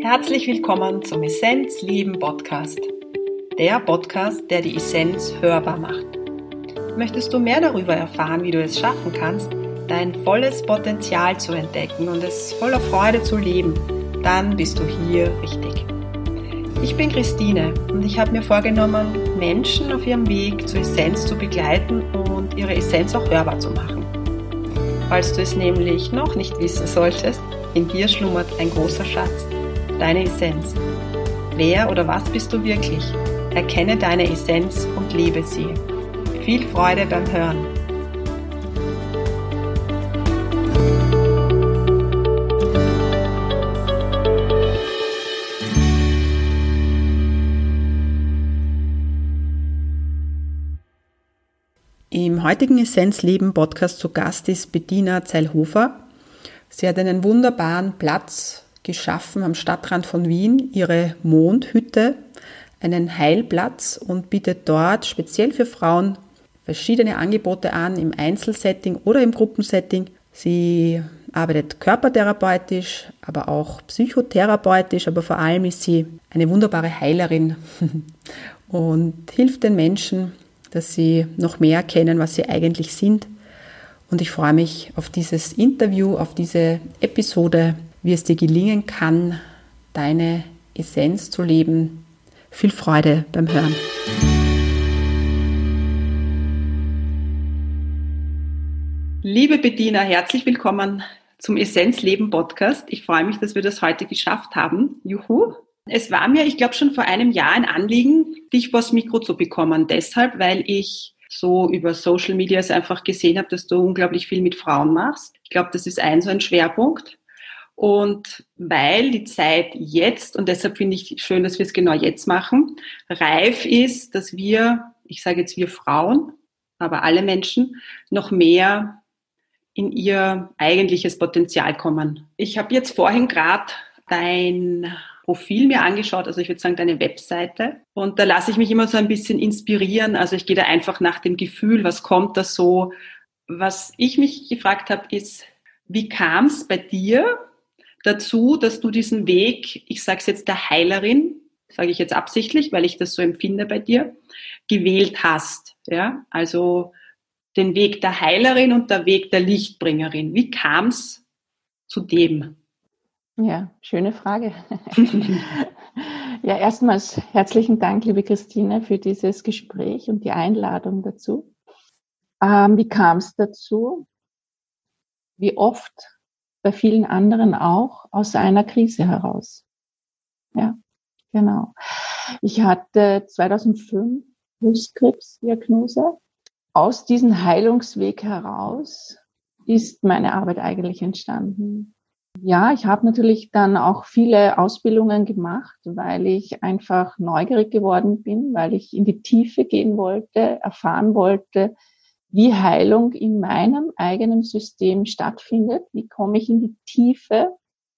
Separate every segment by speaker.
Speaker 1: Herzlich willkommen zum Essenz Leben Podcast. Der Podcast, der die Essenz hörbar macht. Möchtest du mehr darüber erfahren, wie du es schaffen kannst, dein volles Potenzial zu entdecken und es voller Freude zu leben, dann bist du hier richtig. Ich bin Christine und ich habe mir vorgenommen, Menschen auf ihrem Weg zur Essenz zu begleiten und ihre Essenz auch hörbar zu machen. Falls du es nämlich noch nicht wissen solltest, in dir schlummert ein großer Schatz, deine Essenz. Wer oder was bist du wirklich? Erkenne deine Essenz und lebe sie. Viel Freude beim Hören. Im heutigen Essenz-Leben-Podcast zu Gast ist Bettina Zeilhofer. Sie hat einen wunderbaren Platz geschaffen am Stadtrand von Wien, ihre Mondhütte, einen Heilplatz, und bietet dort speziell für Frauen verschiedene Angebote an, im Einzelsetting oder im Gruppensetting. Sie arbeitet körpertherapeutisch, aber auch psychotherapeutisch, aber vor allem ist sie eine wunderbare Heilerin und hilft den Menschen, dass sie noch mehr erkennen, was sie eigentlich sind. Und ich freue mich auf dieses Interview, auf diese Episode, wie es dir gelingen kann, deine Essenz zu leben. Viel Freude beim Hören. Liebe Bettina, herzlich willkommen zum Essenz-Leben Podcast. Ich freue mich, dass wir das heute geschafft haben. Juhu! Es war mir, ich glaube, schon vor einem Jahr ein Anliegen, dich vors Mikro zu bekommen. Deshalb, weil ich so über Social Media einfach gesehen habe, dass du unglaublich viel mit Frauen machst. Ich glaube, das ist so ein Schwerpunkt. Und weil die Zeit jetzt, und deshalb finde ich schön, dass wir es genau jetzt machen, reif ist, dass wir, ich sage jetzt wir Frauen, aber alle Menschen, noch mehr in ihr eigentliches Potenzial kommen. Ich habe jetzt vorhin gerade dein Profil mir angeschaut, also ich würde sagen deine Webseite, und da lasse ich mich immer so ein bisschen inspirieren, also ich gehe da einfach nach dem Gefühl, was kommt da so. Was ich mich gefragt habe ist, wie kam es bei dir dazu, dass du diesen Weg, ich sage es jetzt der Heilerin, sage ich jetzt absichtlich, weil ich das so empfinde bei dir, gewählt hast, ja, also den Weg der Heilerin und der Weg der Lichtbringerin. Wie kam es zu dem?
Speaker 2: Ja, schöne Frage. Ja, erstmals herzlichen Dank, liebe Christine, für dieses Gespräch und die Einladung dazu. Wie kam es dazu? Wie oft bei vielen anderen auch aus einer Krise heraus. Ja, genau. Ich hatte 2005 Brustkrebsdiagnose. Aus diesem Heilungsweg heraus ist meine Arbeit eigentlich entstanden. Ja, ich habe natürlich dann auch viele Ausbildungen gemacht, weil ich einfach neugierig geworden bin, weil ich in die Tiefe gehen wollte, erfahren wollte, wie Heilung in meinem eigenen System stattfindet. Wie komme ich in die Tiefe?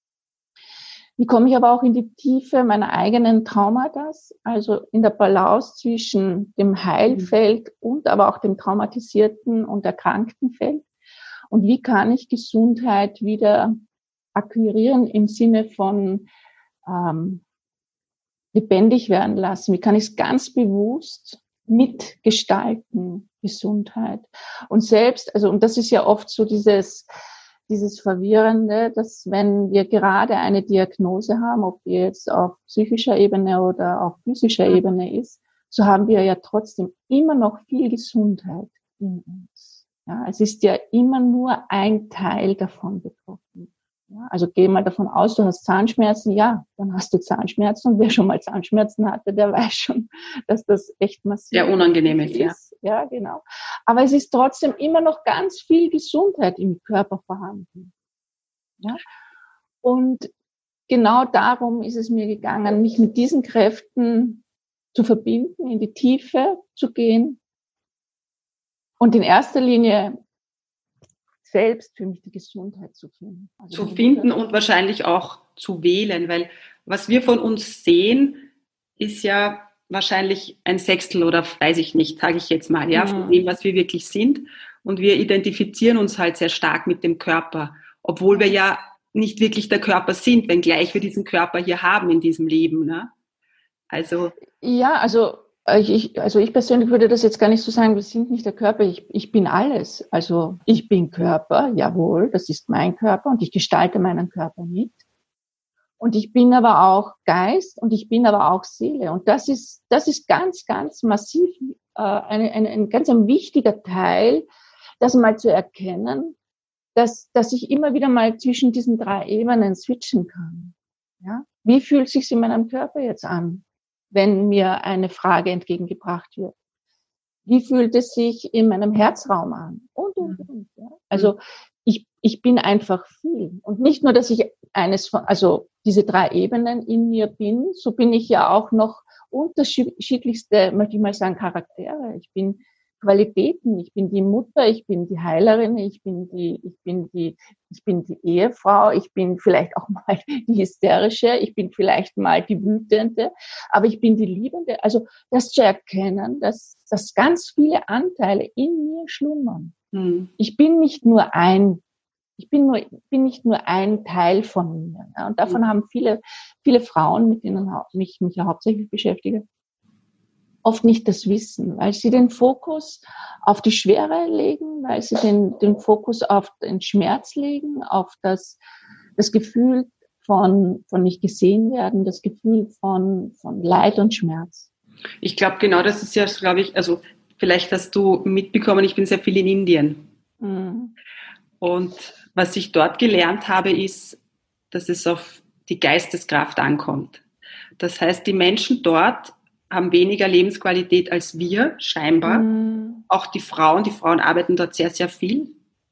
Speaker 2: Wie komme ich aber auch in die Tiefe meiner eigenen Traumata, also in der Balance zwischen dem Heilfeld und aber auch dem traumatisierten und erkrankten Feld? Und wie kann ich Gesundheit wieder akquirieren im Sinne von lebendig werden lassen? Wie kann ich es ganz bewusst mitgestalten, Gesundheit? Und selbst, also, und das ist ja oft so dieses Verwirrende, dass wenn wir gerade eine Diagnose haben, ob die jetzt auf psychischer Ebene oder auf physischer Ebene ist, so haben wir ja trotzdem immer noch viel Gesundheit in uns. Ja, es ist ja immer nur ein Teil davon betroffen. Ja, also geh mal davon aus, du hast Zahnschmerzen, ja, dann hast du Zahnschmerzen, und wer schon mal Zahnschmerzen hatte, der weiß schon, dass das echt massiv
Speaker 1: sehr unangenehm ist.
Speaker 2: Ja, genau. Aber es ist trotzdem immer noch ganz viel Gesundheit im Körper vorhanden. Ja? Und genau darum ist es mir gegangen, mich mit diesen Kräften zu verbinden, in die Tiefe zu gehen und in erster Linie selbst für mich die Gesundheit zu finden.
Speaker 1: Also zu finden und wahrscheinlich auch zu wählen, weil was wir von uns sehen, ist ja wahrscheinlich ein Sechstel oder weiß ich nicht, sage ich jetzt mal, ja, von dem, was wir wirklich sind. Und wir identifizieren uns halt sehr stark mit dem Körper, obwohl wir ja nicht wirklich der Körper sind, wenngleich wir diesen Körper hier haben in diesem Leben. Ne? Also
Speaker 2: ja, also ich persönlich würde das jetzt gar nicht so sagen, wir sind nicht der Körper, ich bin alles. Also ich bin Körper, jawohl, das ist mein Körper und ich gestalte meinen Körper mit. Und ich bin aber auch Geist und ich bin aber auch Seele. Und das ist ganz, ganz massiv ein ganz ein wichtiger Teil, das mal zu erkennen, dass ich immer wieder mal zwischen diesen 3 Ebenen switchen kann. Ja? Wie fühlt es sich in meinem Körper jetzt an, wenn mir eine Frage entgegengebracht wird? Wie fühlt es sich in meinem Herzraum an? Und. Ja? Also ich bin einfach viel. Und nicht nur, dass ich also diese 3 Ebenen in mir bin, so bin ich ja auch noch unterschiedlichste, möchte ich mal sagen, Charaktere. Ich bin Qualitäten. Ich bin die Mutter, ich bin die Heilerin, ich bin die Ehefrau, ich bin vielleicht auch mal die Hysterische, ich bin vielleicht mal die Wütende, aber ich bin die Liebende. Also das zu erkennen, dass ganz viele Anteile in mir schlummern. Ich bin nicht nur ein Teil von mir. Ja, und davon haben viele Frauen, mit denen mich ja hauptsächlich beschäftige, oft nicht das Wissen, weil sie den Fokus auf die Schwere legen, weil sie den Fokus auf den Schmerz legen, auf das Gefühl von nicht gesehen werden, das Gefühl von Leid und Schmerz.
Speaker 1: Ich glaube, genau das ist ja, glaube ich, also vielleicht hast du mitbekommen, ich bin sehr viel in Indien. Mhm. Und was ich dort gelernt habe, ist, dass es auf die Geisteskraft ankommt. Das heißt, die Menschen dort haben weniger Lebensqualität als wir, scheinbar. Mhm. Auch die Frauen arbeiten dort sehr, sehr viel.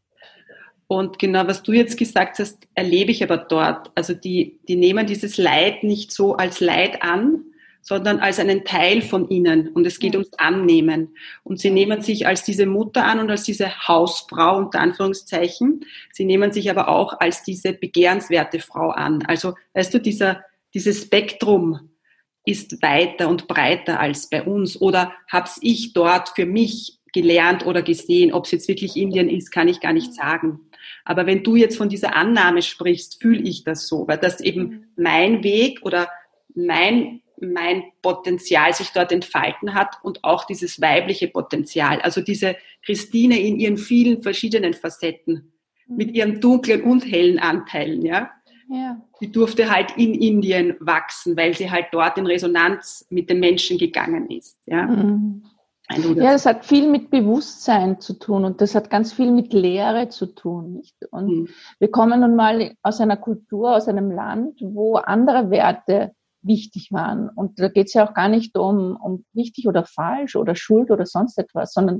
Speaker 1: Und genau, was du jetzt gesagt hast, erlebe ich aber dort. Also die nehmen dieses Leid nicht so als Leid an, sondern als einen Teil von ihnen. Und es geht ums Annehmen. Und sie nehmen sich als diese Mutter an und als diese Hausfrau, unter Anführungszeichen. Sie nehmen sich aber auch als diese begehrenswerte Frau an. Also, weißt du, dieses Spektrum ist weiter und breiter als bei uns. Oder hab's ich dort für mich gelernt oder gesehen? Ob es jetzt wirklich Indien ist, kann ich gar nicht sagen. Aber wenn du jetzt von dieser Annahme sprichst, fühle ich das so, weil das eben mein Weg oder mein Potenzial sich dort entfalten hat und auch dieses weibliche Potenzial. Also diese Christine in ihren vielen verschiedenen Facetten, mit ihren dunklen und hellen Anteilen, ja. Die durfte halt in Indien wachsen, weil sie halt dort in Resonanz mit den Menschen gegangen ist, ja. Mhm.
Speaker 2: Ja, das hat viel mit Bewusstsein zu tun und das hat ganz viel mit Lehre zu tun, nicht? Und wir kommen nun mal aus einer Kultur, aus einem Land, wo andere Werte wichtig waren. Und da geht es ja auch gar nicht um richtig oder falsch oder Schuld oder sonst etwas, sondern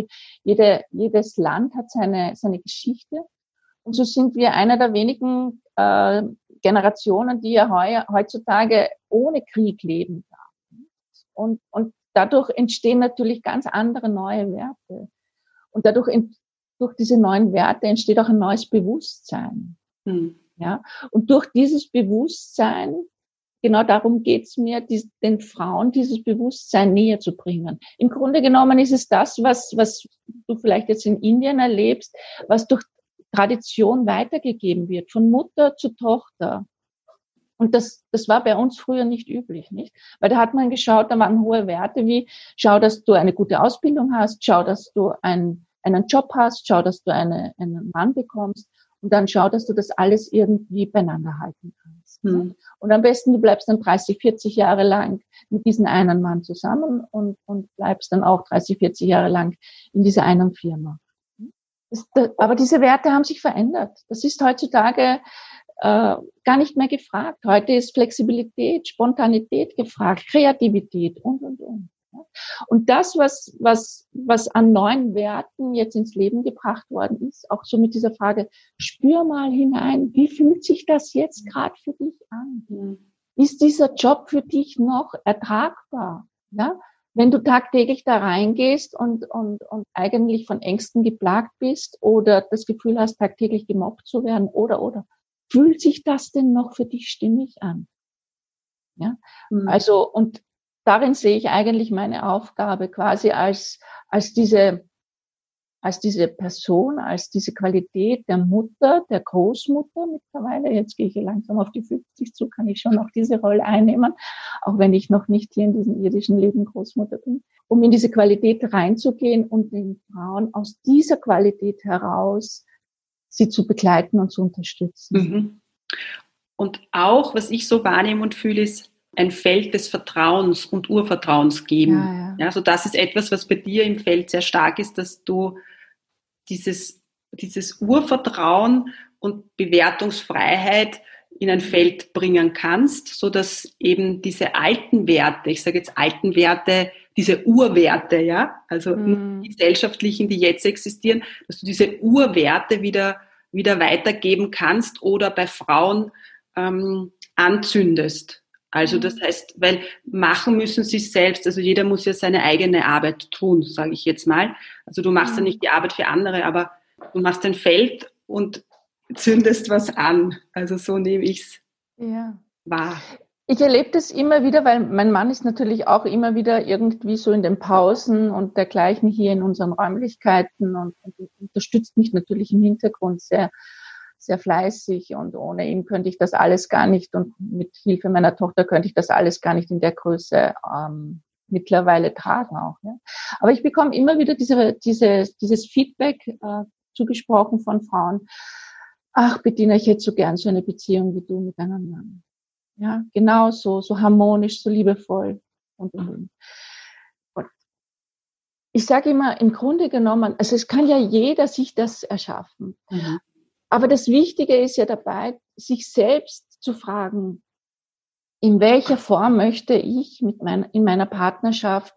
Speaker 2: jedes Land hat seine Geschichte. Und so sind wir einer der wenigen Generationen, die ja heutzutage ohne Krieg leben darf. Und dadurch entstehen natürlich ganz andere neue Werte. Und durch diese neuen Werte entsteht auch ein neues Bewusstsein. Ja? Und durch dieses Bewusstsein, genau darum geht's mir, den Frauen dieses Bewusstsein näher zu bringen. Im Grunde genommen ist es das, was du vielleicht jetzt in Indien erlebst, was durch Tradition weitergegeben wird, von Mutter zu Tochter. Und das war bei uns früher nicht üblich, nicht? Weil da hat man geschaut, da waren hohe Werte wie, schau, dass du eine gute Ausbildung hast, schau, dass du einen Job hast, schau, dass du einen Mann bekommst und dann schau, dass du das alles irgendwie beieinander halten kannst. Mhm. Und am besten, du bleibst dann 30, 40 Jahre lang mit diesem einen Mann zusammen und bleibst dann auch 30, 40 Jahre lang in dieser einen Firma. Aber diese Werte haben sich verändert. Das ist heutzutage gar nicht mehr gefragt. Heute ist Flexibilität, Spontanität gefragt, Kreativität und. Und das, was an neuen Werten jetzt ins Leben gebracht worden ist, auch so mit dieser Frage, spür mal hinein, wie fühlt sich das jetzt gerade für dich an? Ist dieser Job für dich noch ertragbar? Ja? Wenn du tagtäglich da reingehst und eigentlich von Ängsten geplagt bist oder das Gefühl hast, tagtäglich gemobbt zu werden oder. Fühlt sich das denn noch für dich stimmig an? Ja? Also, und darin sehe ich eigentlich meine Aufgabe quasi als diese als diese Person, als diese Qualität der Mutter, der Großmutter mittlerweile. Jetzt gehe ich langsam auf die 50 zu, kann ich schon noch diese Rolle einnehmen, auch wenn ich noch nicht hier in diesem irdischen Leben Großmutter bin, um in diese Qualität reinzugehen und den Frauen aus dieser Qualität heraus sie zu begleiten und zu unterstützen.
Speaker 1: Mhm. Und auch, was ich so wahrnehme und fühle, ist ein Feld des Vertrauens und Urvertrauens geben. Ja, also das ist etwas, was bei dir im Feld sehr stark ist, dass du dieses Urvertrauen und Bewertungsfreiheit in ein Feld bringen kannst, so dass eben diese alten Werte, ich sage jetzt alten Werte, diese Urwerte, ja, also die gesellschaftlichen, die jetzt existieren, dass du diese Urwerte wieder weitergeben kannst oder bei Frauen anzündest. Also das heißt, weil machen müssen sie selbst, also jeder muss ja seine eigene Arbeit tun, sage ich jetzt mal. Also du machst ja nicht die Arbeit für andere, aber du machst ein Feld und zündest was an. Also so nehme ich es wahr.
Speaker 2: Ich erlebe das immer wieder, weil mein Mann ist natürlich auch immer wieder irgendwie so in den Pausen und dergleichen hier in unseren Räumlichkeiten und unterstützt mich natürlich im Hintergrund sehr, sehr fleißig, und ohne ihn könnte ich das alles gar nicht, und mit Hilfe meiner Tochter könnte ich das alles gar nicht in der Größe mittlerweile tragen auch. Ja. Aber ich bekomme immer wieder dieses Feedback zugesprochen von Frauen: Ach, Bettina, ich hätte so gern so eine Beziehung wie du mit deinem Mann. Ja, genau so harmonisch, so liebevoll und. Und ich sage immer, im Grunde genommen, also es kann ja jeder sich das erschaffen. Mhm. Aber das Wichtige ist ja dabei, sich selbst zu fragen, in welcher Form möchte ich in meiner Partnerschaft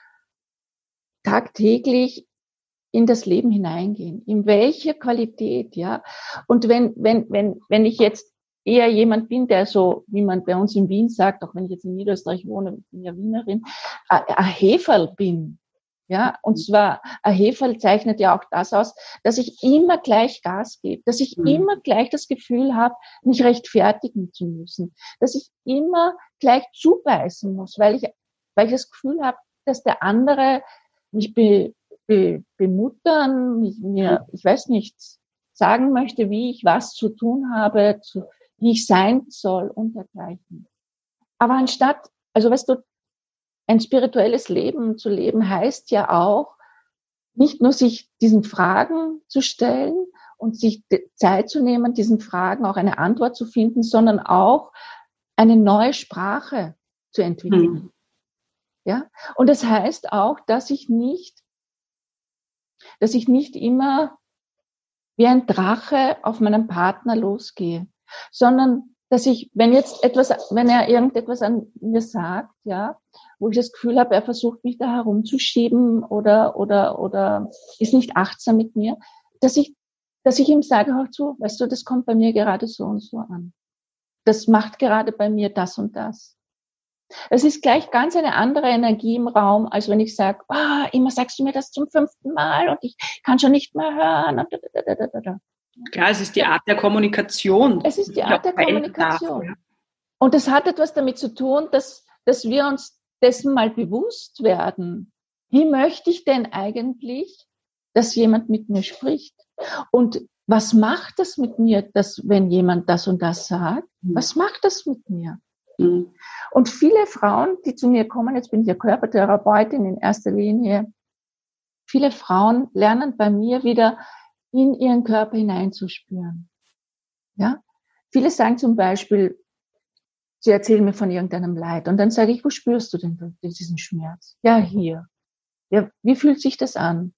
Speaker 2: tagtäglich in das Leben hineingehen? In welcher Qualität, ja? Und wenn ich jetzt eher jemand bin, der so, wie man bei uns in Wien sagt, auch wenn ich jetzt in Niederösterreich wohne, ich bin ja Wienerin, ein Heferl bin. Ja, und zwar, ein Heferl zeichnet ja auch das aus, dass ich immer gleich Gas gebe, dass ich immer gleich das Gefühl habe, mich rechtfertigen zu müssen, dass ich immer gleich zubeißen muss, weil ich das Gefühl habe, dass der andere mich bemuttern, mir, ich weiß nicht, sagen möchte, wie ich was zu tun habe, wie ich sein soll und dergleichen. Aber anstatt, also weißt du, ein spirituelles Leben zu leben heißt ja auch, nicht nur sich diesen Fragen zu stellen und sich Zeit zu nehmen, diesen Fragen auch eine Antwort zu finden, sondern auch eine neue Sprache zu entwickeln. Ja? Und das heißt auch, dass ich nicht immer wie ein Drache auf meinen Partner losgehe, sondern dass ich, wenn er irgendetwas an mir sagt, ja, wo ich das Gefühl habe, er versucht mich da herumzuschieben oder ist nicht achtsam mit mir, dass ich ihm sage, hör zu, weißt du, das kommt bei mir gerade so und so an. Das macht gerade bei mir das und das. Es ist gleich ganz eine andere Energie im Raum, als wenn ich sage, immer sagst du mir das zum 5. Mal und ich kann schon nicht mehr hören.
Speaker 1: Klar, es ist die Art der Kommunikation.
Speaker 2: Es ist die Art der Kommunikation. Und das hat etwas damit zu tun, dass wir uns dessen mal bewusst werden. Wie möchte ich denn eigentlich, dass jemand mit mir spricht? Und was macht das mit mir, wenn jemand das und das sagt? Was macht das mit mir? Und viele Frauen, die zu mir kommen, jetzt bin ich ja Körpertherapeutin in erster Linie, viele Frauen lernen bei mir wieder in ihren Körper hineinzuspüren. Ja? Viele sagen zum Beispiel, sie erzählen mir von irgendeinem Leid und dann sage ich, wo spürst du denn diesen Schmerz? Ja, hier. Ja, wie fühlt sich das an?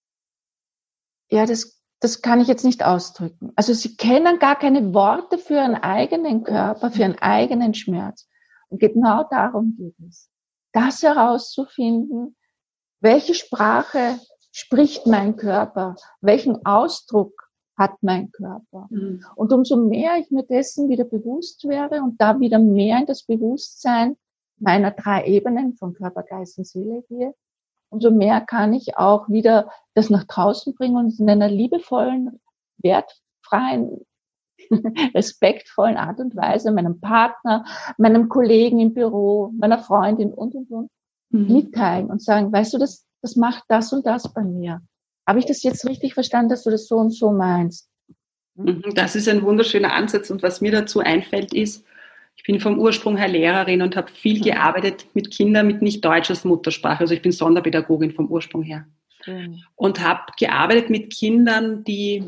Speaker 2: Ja, das kann ich jetzt nicht ausdrücken. Also sie kennen gar keine Worte für ihren eigenen Körper, für ihren eigenen Schmerz. Und genau darum geht es. Das herauszufinden, welche Sprache spricht mein Körper, welchen Ausdruck hat mein Körper. Und umso mehr ich mir dessen wieder bewusst werde und da wieder mehr in das Bewusstsein meiner 3 Ebenen von Körper, Geist und Seele gehe, umso mehr kann ich auch wieder das nach draußen bringen und in einer liebevollen, wertfreien, respektvollen Art und Weise meinem Partner, meinem Kollegen im Büro, meiner Freundin und mitteilen und sagen, weißt du, das macht das und das bei mir. Habe ich das jetzt richtig verstanden, dass du das so und so meinst?
Speaker 1: Das ist ein wunderschöner Ansatz. Und was mir dazu einfällt, ist, ich bin vom Ursprung her Lehrerin und habe viel gearbeitet mit Kindern mit nicht Deutsch als Muttersprache. Also ich bin Sonderpädagogin vom Ursprung her.
Speaker 2: Schön.
Speaker 1: Und habe gearbeitet mit Kindern, die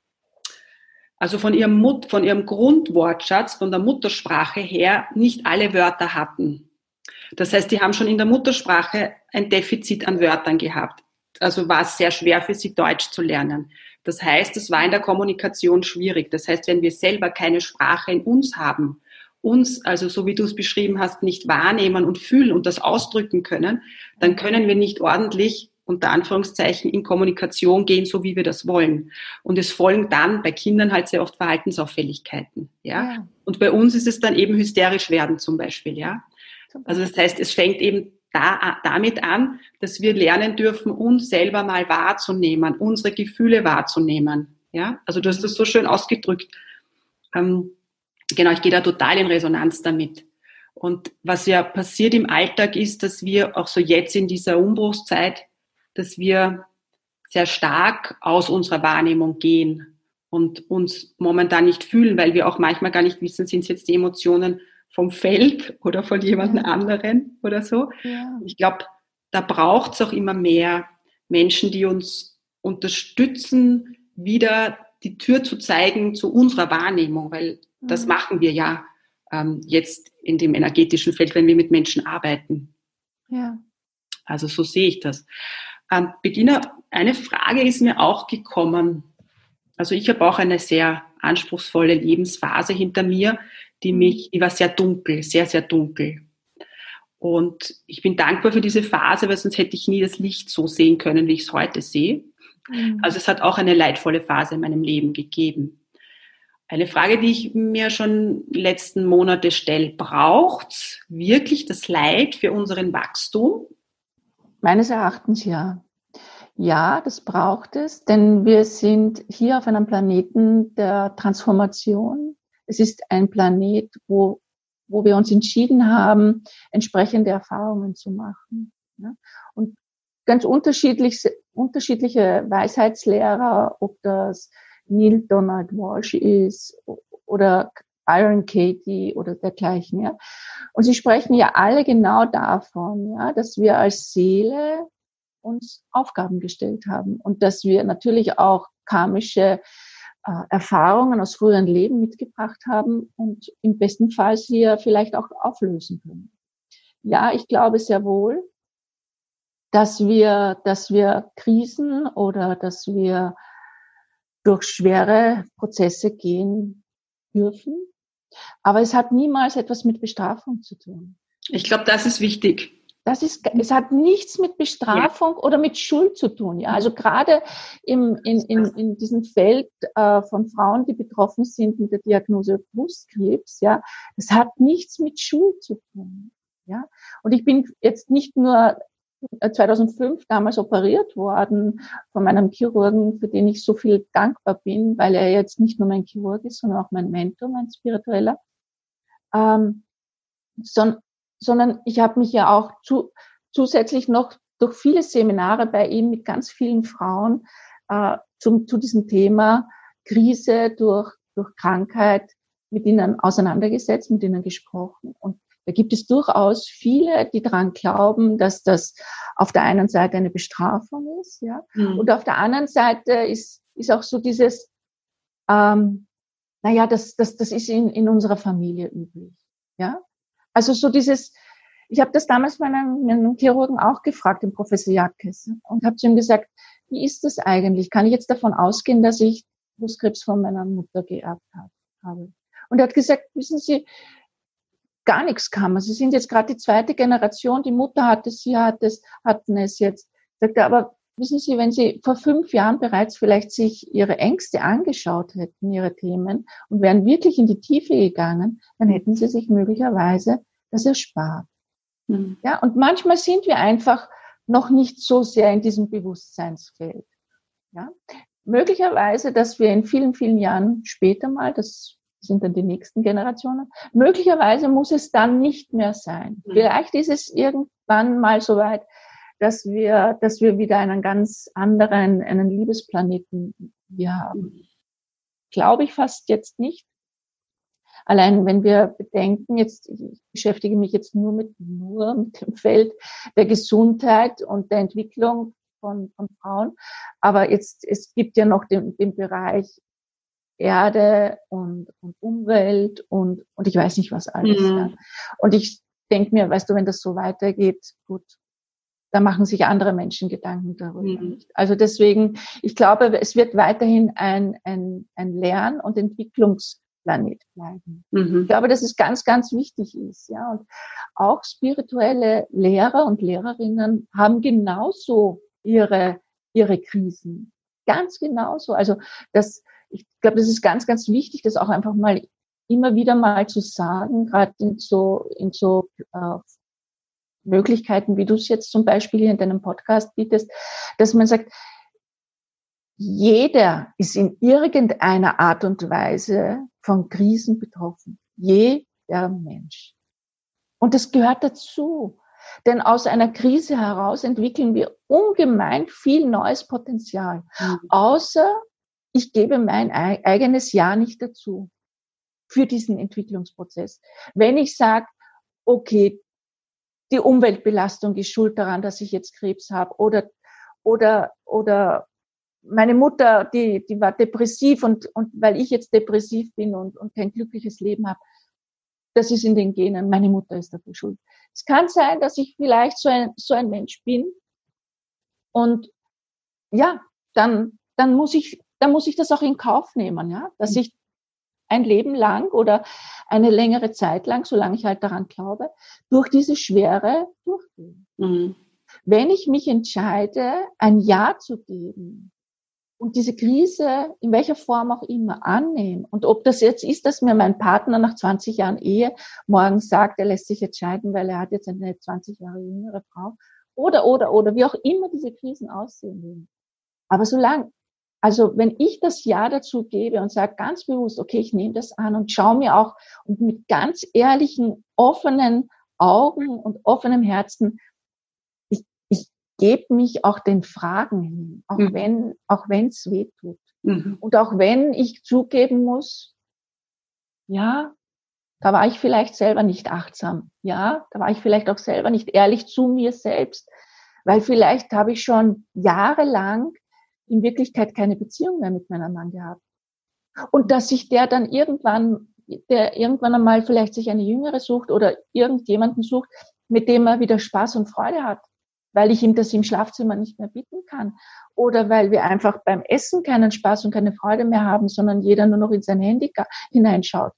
Speaker 1: also von ihrem Grundwortschatz, von der Muttersprache her, nicht alle Wörter hatten. Das heißt, die haben schon in der Muttersprache ein Defizit an Wörtern gehabt. Also war es sehr schwer für sie, Deutsch zu lernen. Das heißt, es war in der Kommunikation schwierig. Das heißt, wenn wir selber keine Sprache in uns haben, uns, also so wie du es beschrieben hast, nicht wahrnehmen und fühlen und das ausdrücken können, dann können wir nicht ordentlich, unter Anführungszeichen, in Kommunikation gehen, so wie wir das wollen. Und es folgen dann bei Kindern halt sehr oft Verhaltensauffälligkeiten. Ja? Und bei uns ist es dann eben hysterisch werden zum Beispiel. Ja? Also das heißt, es fängt eben damit an, dass wir lernen dürfen, uns selber mal wahrzunehmen, unsere Gefühle wahrzunehmen. Ja? Also du hast das so schön ausgedrückt. Genau, ich gehe da total in Resonanz damit. Und was ja passiert im Alltag ist, dass wir auch so jetzt in dieser Umbruchszeit, dass wir sehr stark aus unserer Wahrnehmung gehen und uns momentan nicht fühlen, weil wir auch manchmal gar nicht wissen, sind es jetzt die Emotionen vom Feld oder von jemand anderen oder so. Ja. Ich glaube, da braucht es auch immer mehr Menschen, die uns unterstützen, wieder die Tür zu zeigen zu unserer Wahrnehmung, weil das machen wir ja jetzt in dem energetischen Feld, wenn wir mit Menschen arbeiten. Ja. Also so sehe ich das. Bettina, eine Frage ist mir auch gekommen. Also ich habe auch eine sehr anspruchsvolle Lebensphase hinter mir, die war sehr dunkel, sehr, sehr dunkel. Und ich bin dankbar für diese Phase, weil sonst hätte ich nie das Licht so sehen können, wie ich es heute sehe. Also es hat auch eine leidvolle Phase in meinem Leben gegeben. Eine Frage, die ich mir schon letzten Monate stelle: Braucht wirklich das Leid für unseren Wachstum?
Speaker 2: Meines Erachtens ja. Ja, das braucht es, denn wir sind hier auf einem Planeten der Transformation. Es ist ein Planet, wo wir uns entschieden haben, entsprechende Erfahrungen zu machen. Und ganz unterschiedliche Weisheitslehrer, ob das Neil Donald Walsh ist oder Byron Katie oder dergleichen. Ja. Und sie sprechen ja alle genau davon, ja, dass wir als Seele uns Aufgaben gestellt haben und dass wir natürlich auch karmische Erfahrungen aus früheren Leben mitgebracht haben und im besten Fall sie vielleicht auch auflösen können. Ja, ich glaube sehr wohl, dass wir Krisen oder dass wir durch schwere Prozesse gehen dürfen. Aber es hat niemals etwas mit Bestrafung zu tun.
Speaker 1: Ich glaube, das ist wichtig.
Speaker 2: Es hat nichts mit Bestrafung oder mit Schuld zu tun. Ja, also gerade in diesem Feld von Frauen, die betroffen sind mit der Diagnose Brustkrebs, ja, das hat nichts mit Schuld zu tun. Ja, und ich bin jetzt nicht nur 2005 damals operiert worden von meinem Chirurgen, für den ich so viel dankbar bin, weil er jetzt nicht nur mein Chirurg ist, sondern auch mein Mentor, mein spiritueller, sondern ich habe mich ja auch zusätzlich noch durch viele Seminare bei ihm mit ganz vielen Frauen zu diesem Thema Krise durch Krankheit mit ihnen auseinandergesetzt, mit ihnen gesprochen. Und da gibt es durchaus viele, die daran glauben, dass das auf der einen Seite eine Bestrafung ist, ja, und auf der anderen Seite ist auch so dieses, das ist in unserer Familie üblich, ja. Also so dieses, ich habe das damals meinen Chirurgen auch gefragt, den Professor Jackes, und habe zu ihm gesagt, wie ist das eigentlich? Kann ich jetzt davon ausgehen, dass ich Brustkrebs von meiner Mutter geerbt habe? Und er hat gesagt, wissen Sie, gar nichts kann man. Sie sind jetzt gerade die zweite Generation, die Mutter hatten es jetzt. Sagt er, aber wissen Sie, wenn Sie vor 5 Jahren bereits vielleicht sich Ihre Ängste angeschaut hätten, Ihre Themen, und wären wirklich in die Tiefe gegangen, dann hätten Sie sich möglicherweise das erspart. Ja, und manchmal sind wir einfach noch nicht so sehr in diesem Bewusstseinsfeld. Ja, möglicherweise, dass wir in vielen, vielen Jahren später mal, das sind dann die nächsten Generationen, möglicherweise muss es dann nicht mehr sein. Vielleicht ist es irgendwann mal so weit, dass wir wieder einen ganz anderen, einen Liebesplaneten hier haben. Glaube ich fast jetzt nicht. Allein wenn wir bedenken, ich beschäftige mich jetzt nur mit dem Feld der Gesundheit und der Entwicklung von Frauen. Aber es gibt ja noch den Bereich Erde und Umwelt und ich weiß nicht was alles. Ja. Und ich denke mir, weißt du, wenn das so weitergeht, gut, da machen sich andere Menschen Gedanken darüber. Also deswegen, ich glaube, es wird weiterhin ein Lern- und Entwicklungsplanet bleiben. Ich glaube, dass es ganz, ganz wichtig ist. Ja. Und auch spirituelle Lehrer und Lehrerinnen haben genauso ihre Krisen. Ganz genauso. Also ich glaube, das ist ganz, ganz wichtig, das auch einfach mal immer wieder mal zu sagen, gerade in so Möglichkeiten, wie du es jetzt zum Beispiel hier in deinem Podcast bietest, dass man sagt, jeder ist in irgendeiner Art und Weise von Krisen betroffen. Jeder Mensch. Und das gehört dazu. Denn aus einer Krise heraus entwickeln wir ungemein viel neues Potenzial. Außer ich gebe mein eigenes Ja nicht dazu für diesen Entwicklungsprozess. Wenn ich sage, okay, die Umweltbelastung ist schuld daran, dass ich jetzt Krebs habe, oder meine Mutter, die war depressiv und weil ich jetzt depressiv bin und kein glückliches Leben habe, das ist in den Genen, meine Mutter ist dafür schuld. Es kann sein, dass ich vielleicht so ein Mensch bin und ja, dann muss ich das auch in Kauf nehmen, ja, dass ich ein Leben lang oder eine längere Zeit lang, solange ich halt daran glaube, durch diese Schwere durchgehe. Wenn ich mich entscheide, ein Ja zu geben und diese Krise in welcher Form auch immer annehmen, und ob das jetzt ist, dass mir mein Partner nach 20 Jahren Ehe morgen sagt, er lässt sich jetzt scheiden, weil er hat jetzt eine 20 Jahre jüngere Frau, oder, wie auch immer diese Krisen aussehen werden. Aber also wenn ich das Ja dazu gebe und sage ganz bewusst, okay, ich nehme das an und schaue mir auch und mit ganz ehrlichen, offenen Augen und offenem Herzen, ich gebe mich auch den Fragen hin, auch wenn es weh tut. Und auch wenn ich zugeben muss, ja, da war ich vielleicht selber nicht achtsam. Ja, da war ich vielleicht auch selber nicht ehrlich zu mir selbst, weil vielleicht habe ich schon jahrelang in Wirklichkeit keine Beziehung mehr mit meinem Mann gehabt. Und dass sich der irgendwann einmal vielleicht sich eine Jüngere sucht oder irgendjemanden sucht, mit dem er wieder Spaß und Freude hat, weil ich ihm das im Schlafzimmer nicht mehr bieten kann. Oder weil wir einfach beim Essen keinen Spaß und keine Freude mehr haben, sondern jeder nur noch in sein Handy hineinschaut.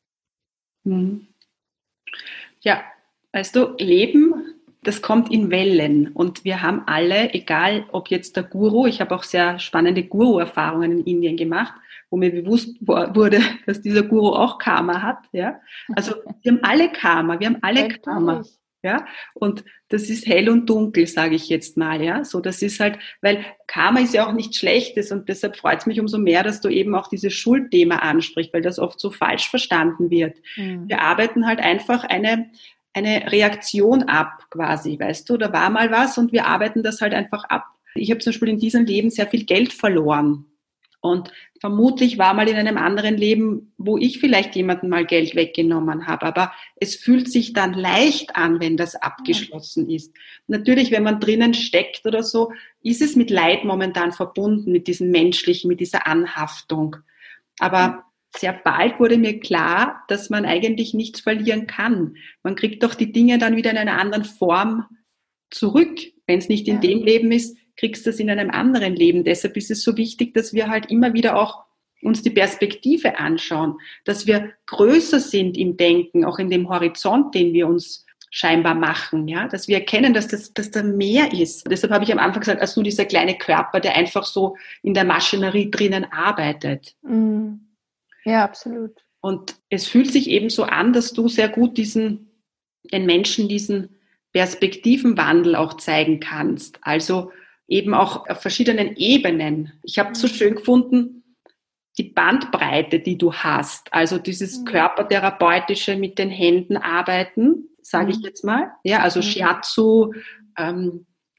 Speaker 1: Ja, weißt du, Leben, das kommt in Wellen und wir haben alle, egal ob jetzt der Guru, ich habe auch sehr spannende Guru-Erfahrungen in Indien gemacht, wo mir bewusst wurde, dass dieser Guru auch Karma hat, ja. Also wir haben alle Karma, Karma, ja. Und das ist hell und dunkel, sage ich jetzt mal, ja. So, das ist halt, weil Karma ist ja auch nichts Schlechtes und deshalb freut es mich umso mehr, dass du eben auch dieses Schuldthema ansprichst, weil das oft so falsch verstanden wird. Wir arbeiten halt einfach eine Reaktion ab, quasi, weißt du, da war mal was und wir arbeiten das halt einfach ab. Ich habe zum Beispiel in diesem Leben sehr viel Geld verloren und vermutlich war mal in einem anderen Leben, wo ich vielleicht jemanden mal Geld weggenommen habe, aber es fühlt sich dann leicht an, wenn das abgeschlossen ist. Natürlich, wenn man drinnen steckt oder so, ist es mit Leid momentan verbunden, mit diesem Menschlichen, mit dieser Anhaftung. Aber sehr bald wurde mir klar, dass man eigentlich nichts verlieren kann. Man kriegt doch die Dinge dann wieder in einer anderen Form zurück. Wenn es nicht in dem Leben ist, kriegst du es in einem anderen Leben. Deshalb ist es so wichtig, dass wir halt immer wieder auch uns die Perspektive anschauen, dass wir größer sind im Denken, auch in dem Horizont, den wir uns scheinbar machen, ja, dass wir erkennen, dass da mehr ist. Deshalb habe ich am Anfang gesagt, als nur dieser kleine Körper, der einfach so in der Maschinerie drinnen arbeitet.
Speaker 2: Ja, absolut.
Speaker 1: Und es fühlt sich eben so an, dass du sehr gut den Menschen diesen Perspektivenwandel auch zeigen kannst. Also eben auch auf verschiedenen Ebenen. Ich habe es so schön gefunden, die Bandbreite, die du hast. Also dieses körpertherapeutische mit den Händen arbeiten, sage ich jetzt mal. Ja, also Shiatsu,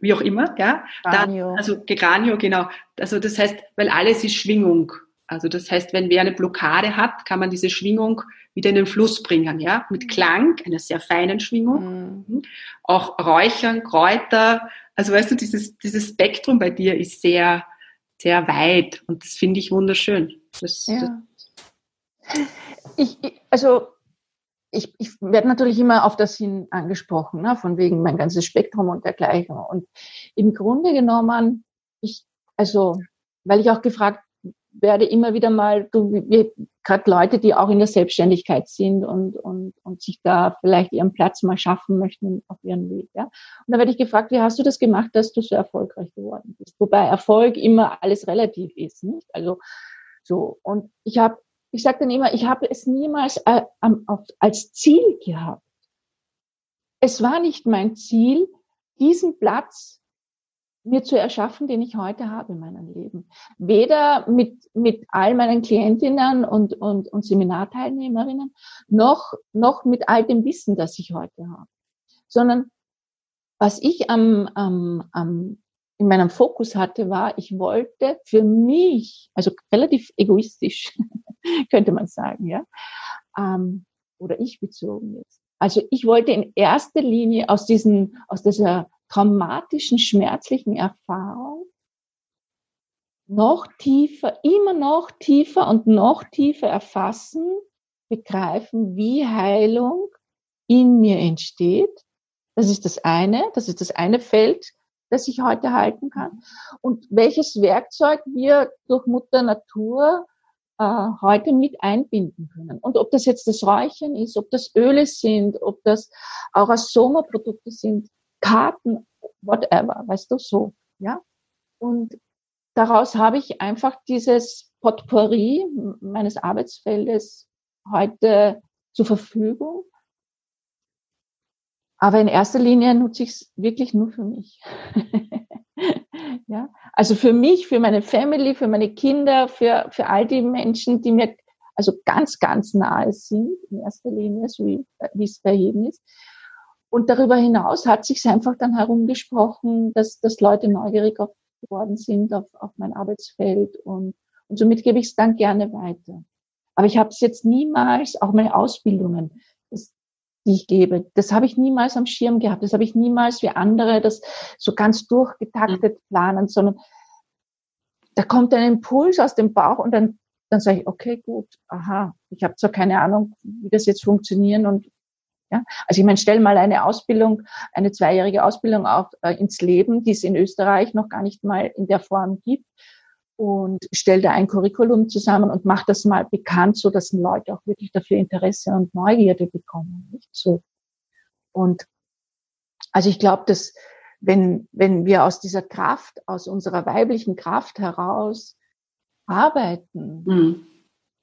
Speaker 1: wie auch immer, ja.
Speaker 2: Kranio.
Speaker 1: Also Kranio, genau. Also das heißt, weil alles ist Schwingung. Also das heißt, wenn wer eine Blockade hat, kann man diese Schwingung wieder in den Fluss bringen, ja, mit Klang, einer sehr feinen Schwingung. Auch Räuchern, Kräuter, also weißt du, dieses Spektrum bei dir ist sehr, sehr weit und das finde ich wunderschön.
Speaker 2: Ja. Ich werde natürlich immer auf das hin angesprochen, ne, von wegen mein ganzes Spektrum und dergleichen. Und im Grunde genommen, weil ich auch gefragt werde immer wieder mal, gerade Leute, die auch in der Selbstständigkeit sind und sich da vielleicht ihren Platz mal schaffen möchten auf ihren Weg. Ja. Und da werde ich gefragt, wie hast du das gemacht, dass du so erfolgreich geworden bist? Wobei Erfolg immer alles relativ ist, nicht? Also so. Und ich sage dann immer, ich habe es niemals als Ziel gehabt. Es war nicht mein Ziel, diesen Platz mir zu erschaffen, den ich heute habe in meinem Leben. Weder mit all meinen Klientinnen und Seminarteilnehmerinnen, noch mit all dem Wissen, das ich heute habe. Sondern was ich in meinem Fokus hatte, war, ich wollte für mich, also relativ egoistisch, könnte man sagen, ja, oder ich bezogen jetzt. Also ich wollte in erster Linie aus dieser traumatischen, schmerzlichen Erfahrung noch tiefer, immer noch tiefer und noch tiefer erfassen, begreifen, wie Heilung in mir entsteht. Das ist das eine Feld, das ich heute halten kann. Und welches Werkzeug wir durch Mutter Natur heute mit einbinden können. Und ob das jetzt das Räuchern ist, ob das Öle sind, ob das Aroma-Produkte sind, Karten, whatever, weißt du, so, ja. Und daraus habe ich einfach dieses Potpourri meines Arbeitsfeldes heute zur Verfügung. Aber in erster Linie nutze ich es wirklich nur für mich. Ja, also für mich, für meine Family, für meine Kinder, für all die Menschen, die mir also ganz, ganz nahe sind, in erster Linie, so wie es bei jedem ist. Und darüber hinaus hat sich einfach dann herumgesprochen, dass Leute neugierig geworden sind auf mein Arbeitsfeld und somit gebe ich es dann gerne weiter. Aber ich habe es jetzt niemals, auch meine Ausbildungen, die ich gebe, das habe ich niemals am Schirm gehabt, das habe ich niemals wie andere das so ganz durchgetaktet planen, sondern da kommt ein Impuls aus dem Bauch und dann sage ich, okay, gut, aha, ich habe zwar keine Ahnung, wie das jetzt funktionieren und ja, also ich meine, stell mal eine 2-jährige Ausbildung auf ins Leben, die es in Österreich noch gar nicht mal in der Form gibt und stell da ein Curriculum zusammen und mach das mal bekannt, so dass Leute auch wirklich dafür Interesse und Neugierde bekommen, nicht so. Und also ich glaube, dass wenn wir aus dieser Kraft, aus unserer weiblichen Kraft heraus arbeiten,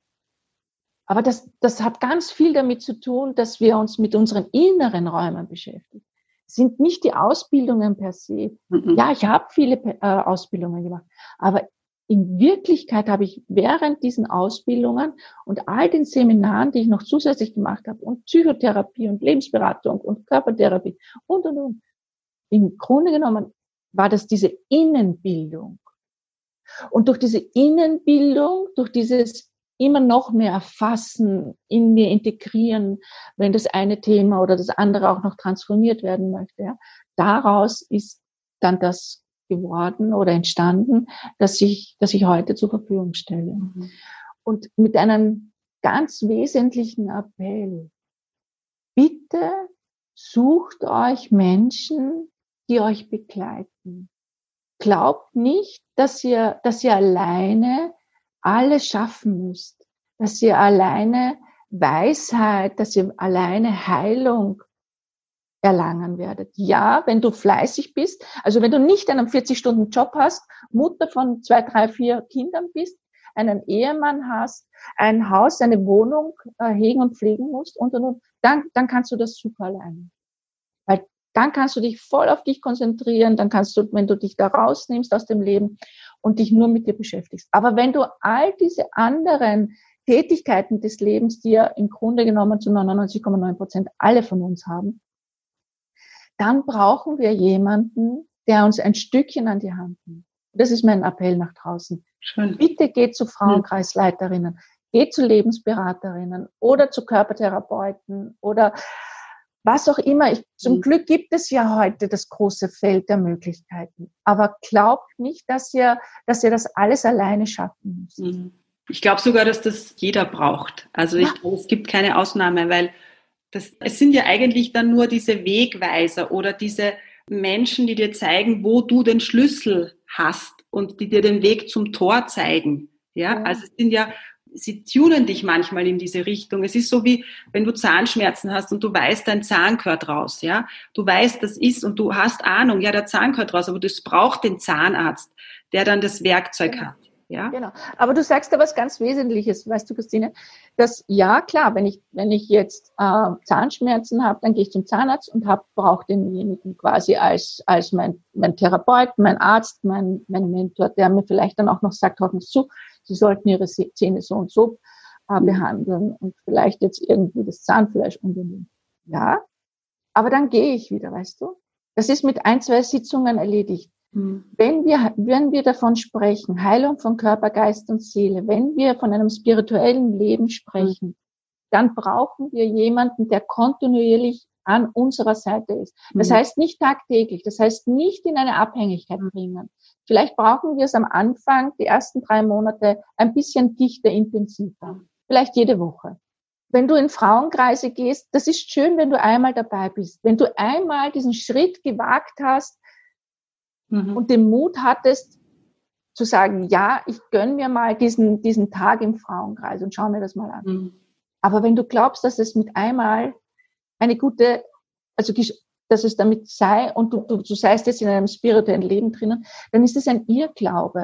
Speaker 2: aber das hat ganz viel damit zu tun, dass wir uns mit unseren inneren Räumen beschäftigen. Es sind nicht die Ausbildungen per se. Ja, ich habe viele Ausbildungen gemacht, aber in Wirklichkeit habe ich während diesen Ausbildungen und all den Seminaren, die ich noch zusätzlich gemacht habe, und Psychotherapie und Lebensberatung und Körpertherapie und. Im Grunde genommen war das diese Innenbildung. Und durch diese Innenbildung, durch dieses immer noch mehr erfassen, in mir integrieren, wenn das eine Thema oder das andere auch noch transformiert werden möchte, ja, daraus ist dann das geworden oder entstanden, dass ich heute zur Verfügung stelle. Und mit einem ganz wesentlichen Appell: Bitte sucht euch Menschen, die euch begleiten. Glaubt nicht, dass ihr alleine alles schaffen müsst, dass ihr alleine Weisheit, dass ihr alleine Heilung erlangen werdet. Ja, wenn du fleißig bist, also wenn du nicht einen 40-Stunden-Job hast, Mutter von 2, 3, 4 Kindern bist, einen Ehemann hast, ein Haus, eine Wohnung hegen und pflegen musst und, dann kannst du das super alleine. Weil dann kannst du dich voll auf dich konzentrieren, dann kannst du, wenn du dich da rausnimmst aus dem Leben und dich nur mit dir beschäftigst. Aber wenn du all diese anderen Tätigkeiten des Lebens, die ja im Grunde genommen zu 99,9% alle von uns haben, dann brauchen wir jemanden, der uns ein Stückchen an die Hand nimmt. Das ist mein Appell nach draußen.
Speaker 1: Schön.
Speaker 2: Bitte geht zu Frauenkreisleiterinnen, geht zu Lebensberaterinnen oder zu Körpertherapeuten oder was auch immer. Zum Glück gibt es ja heute das große Feld der Möglichkeiten. Aber glaubt nicht, dass ihr das alles alleine schaffen müsst.
Speaker 1: Ich glaube sogar, dass das jeder braucht. Also ich glaube, es gibt keine Ausnahme, weil es sind ja eigentlich dann nur diese Wegweiser oder diese Menschen, die dir zeigen, wo du den Schlüssel hast und die dir den Weg zum Tor zeigen. Ja, also es sind ja, sie tunen dich manchmal in diese Richtung. Es ist so wie, wenn du Zahnschmerzen hast und du weißt, dein Zahn gehört raus, ja. Du weißt, das ist und du hast Ahnung, ja, der Zahn gehört raus, aber das braucht den Zahnarzt, der dann das Werkzeug hat. Ja?
Speaker 2: Genau. Aber du sagst da was ganz Wesentliches, weißt du, Christine, dass, ja, klar, wenn ich jetzt Zahnschmerzen habe, dann gehe ich zum Zahnarzt und brauche denjenigen quasi als mein Therapeut, mein Arzt, mein Mentor, der mir vielleicht dann auch noch sagt, hoffen Sie zu, Sie sollten Ihre Zähne so und so behandeln und vielleicht jetzt irgendwie das Zahnfleisch umgehen. Ja, aber dann gehe ich wieder, weißt du? Das ist mit 1, 2 Sitzungen erledigt. Wenn wir davon sprechen, Heilung von Körper, Geist und Seele, wenn wir von einem spirituellen Leben sprechen, dann brauchen wir jemanden, der kontinuierlich an unserer Seite ist. Das heißt nicht tagtäglich, das heißt nicht in eine Abhängigkeit bringen. Vielleicht brauchen wir es am Anfang, die ersten 3 Monate, ein bisschen dichter, intensiver. Vielleicht jede Woche. Wenn du in Frauenkreise gehst, das ist schön, wenn du einmal dabei bist. Wenn du einmal diesen Schritt gewagt hast, und den Mut hattest, zu sagen, ja, ich gönn mir mal diesen Tag im Frauenkreis und schau mir das mal an. Aber wenn du glaubst, dass es mit einmal eine gute, also dass es damit sei und du seist jetzt in einem spirituellen Leben drinnen, dann ist es ein Irrglaube.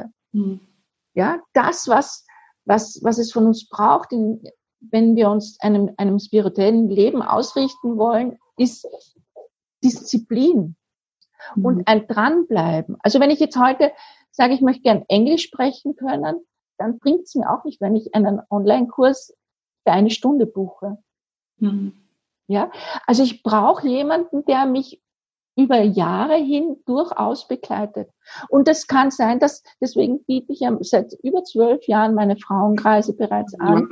Speaker 2: Ja, das, was es von uns braucht, wenn wir uns einem spirituellen Leben ausrichten wollen, ist Disziplin. Und ein Dranbleiben. Also wenn ich jetzt heute sage, ich möchte gern Englisch sprechen können, dann bringt es mir auch nicht, wenn ich einen Online-Kurs für 1 Stunde buche. Ja, also ich brauche jemanden, der mich über Jahre hin durchaus begleitet. Und das kann sein, deswegen biete ich ja seit über 12 Jahren meine Frauenkreise bereits an.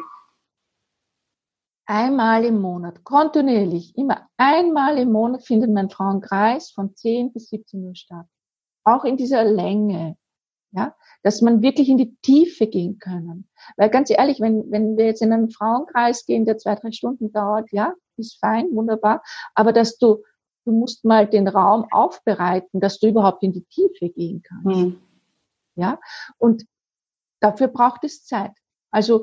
Speaker 2: Einmal im Monat, kontinuierlich, immer einmal im Monat findet mein Frauenkreis von 10 bis 17 Uhr statt. Auch in dieser Länge, ja, dass man wirklich in die Tiefe gehen können. Weil ganz ehrlich, wenn wir jetzt in einen Frauenkreis gehen, der 2, 3 Stunden dauert, ja, ist fein, wunderbar. Aber du musst mal den Raum aufbereiten, dass du überhaupt in die Tiefe gehen kannst. Ja, und dafür braucht es Zeit. Also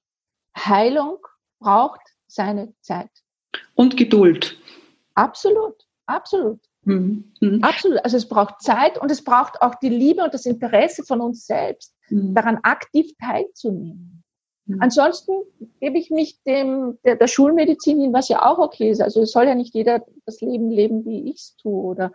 Speaker 2: Heilung braucht seine Zeit.
Speaker 1: Und Geduld.
Speaker 2: Absolut, absolut. Absolut. Also es braucht Zeit und es braucht auch die Liebe und das Interesse von uns selbst, daran aktiv teilzunehmen. Ansonsten gebe ich mich der Schulmedizin hin, was ja auch okay ist. Also es soll ja nicht jeder das Leben leben, wie ich es tue. Oder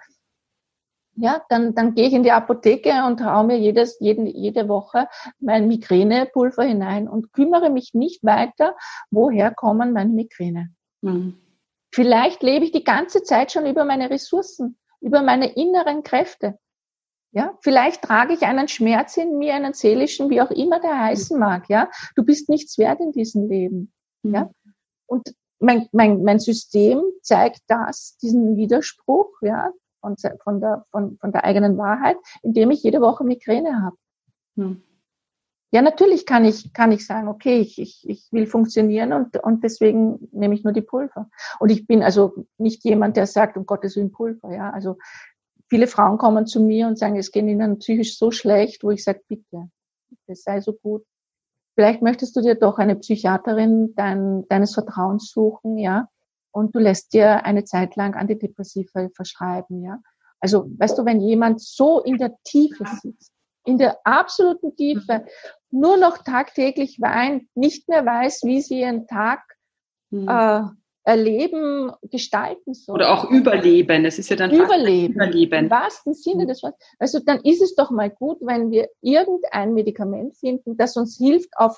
Speaker 2: ja, dann gehe ich in die Apotheke und haue mir jede Woche mein Migränepulver hinein und kümmere mich nicht weiter, woher kommen meine Migräne. Vielleicht lebe ich die ganze Zeit schon über meine Ressourcen, über meine inneren Kräfte. Ja, vielleicht trage ich einen Schmerz in mir, einen seelischen, wie auch immer der heißen mag. Ja, du bist nichts wert in diesem Leben. Ja, und mein System zeigt diesen Widerspruch, ja, von der eigenen Wahrheit, indem ich jede Woche Migräne habe. Ja, natürlich kann ich sagen, okay, ich will funktionieren und deswegen nehme ich nur die Pulver. Und ich bin also nicht jemand, der sagt, um Gottes Willen Pulver, ja. Also viele Frauen kommen zu mir und sagen, es geht ihnen psychisch so schlecht, wo ich sage, bitte, das sei so gut. Vielleicht möchtest du dir doch eine Psychiaterin deines Vertrauens suchen, ja. Und du lässt dir eine Zeit lang Antidepressiva verschreiben, ja. Also, weißt du, wenn jemand so in der Tiefe sitzt, in der absoluten Tiefe, nur noch tagtäglich weint, nicht mehr weiß, wie sie ihren Tag erleben, gestalten soll.
Speaker 1: Oder auch überleben. Es ist ja dann
Speaker 2: Überleben.
Speaker 1: Überleben.
Speaker 2: Im wahrsten Sinne des Wortes. Also dann ist es doch mal gut, wenn wir irgendein Medikament finden, das uns hilft, auf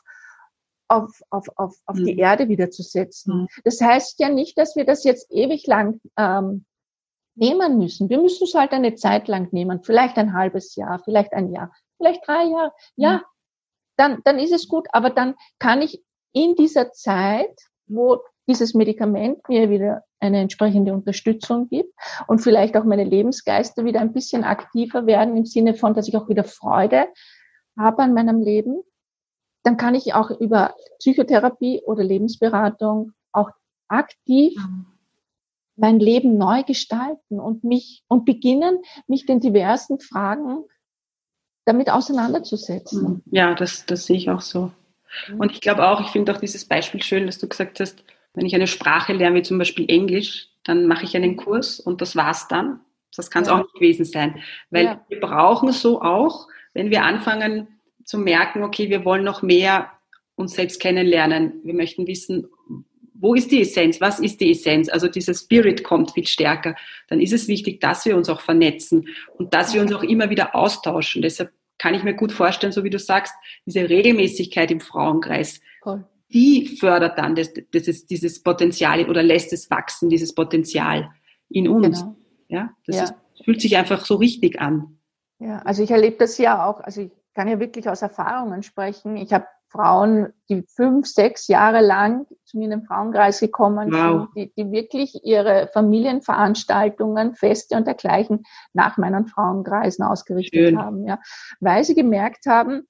Speaker 2: die Erde wieder zu setzen. Das heißt ja nicht, dass wir das jetzt ewig lang nehmen müssen. Wir müssen es halt eine Zeit lang nehmen, vielleicht ein halbes Jahr, vielleicht ein Jahr, vielleicht 3 Jahre. Ja, dann ist es gut, aber dann kann ich in dieser Zeit, wo dieses Medikament mir wieder eine entsprechende Unterstützung gibt und vielleicht auch meine Lebensgeister wieder ein bisschen aktiver werden, im Sinne von, dass ich auch wieder Freude habe an meinem Leben, dann kann ich auch über Psychotherapie oder Lebensberatung auch aktiv mein Leben neu gestalten und beginnen, mich den diversen Fragen damit auseinanderzusetzen.
Speaker 1: Ja, das sehe ich auch so. Und ich glaube auch, ich finde auch dieses Beispiel schön, dass du gesagt hast, wenn ich eine Sprache lerne, wie zum Beispiel Englisch, dann mache ich einen Kurs und das war's dann. Das kann es auch nicht gewesen sein. Weil wir brauchen so auch, wenn wir anfangen zu merken, okay, wir wollen noch mehr uns selbst kennenlernen. Wir möchten wissen, wo ist die Essenz? Was ist die Essenz? Also dieser Spirit kommt viel stärker. Dann ist es wichtig, dass wir uns auch vernetzen und dass wir uns auch immer wieder austauschen. Deshalb kann ich mir gut vorstellen, so wie du sagst, diese Regelmäßigkeit im Frauenkreis, die fördert dann dieses Potenzial oder lässt es wachsen, dieses Potenzial in uns. Genau. Ja, das fühlt sich einfach so richtig an.
Speaker 2: Ja, also ich erlebe das ja auch, also ich kann ja wirklich aus Erfahrungen sprechen. Ich habe Frauen, die 5, 6 Jahre lang zu mir in den Frauenkreis gekommen sind, die wirklich ihre Familienveranstaltungen, Feste und dergleichen nach meinen Frauenkreisen ausgerichtet haben, ja, weil sie gemerkt haben,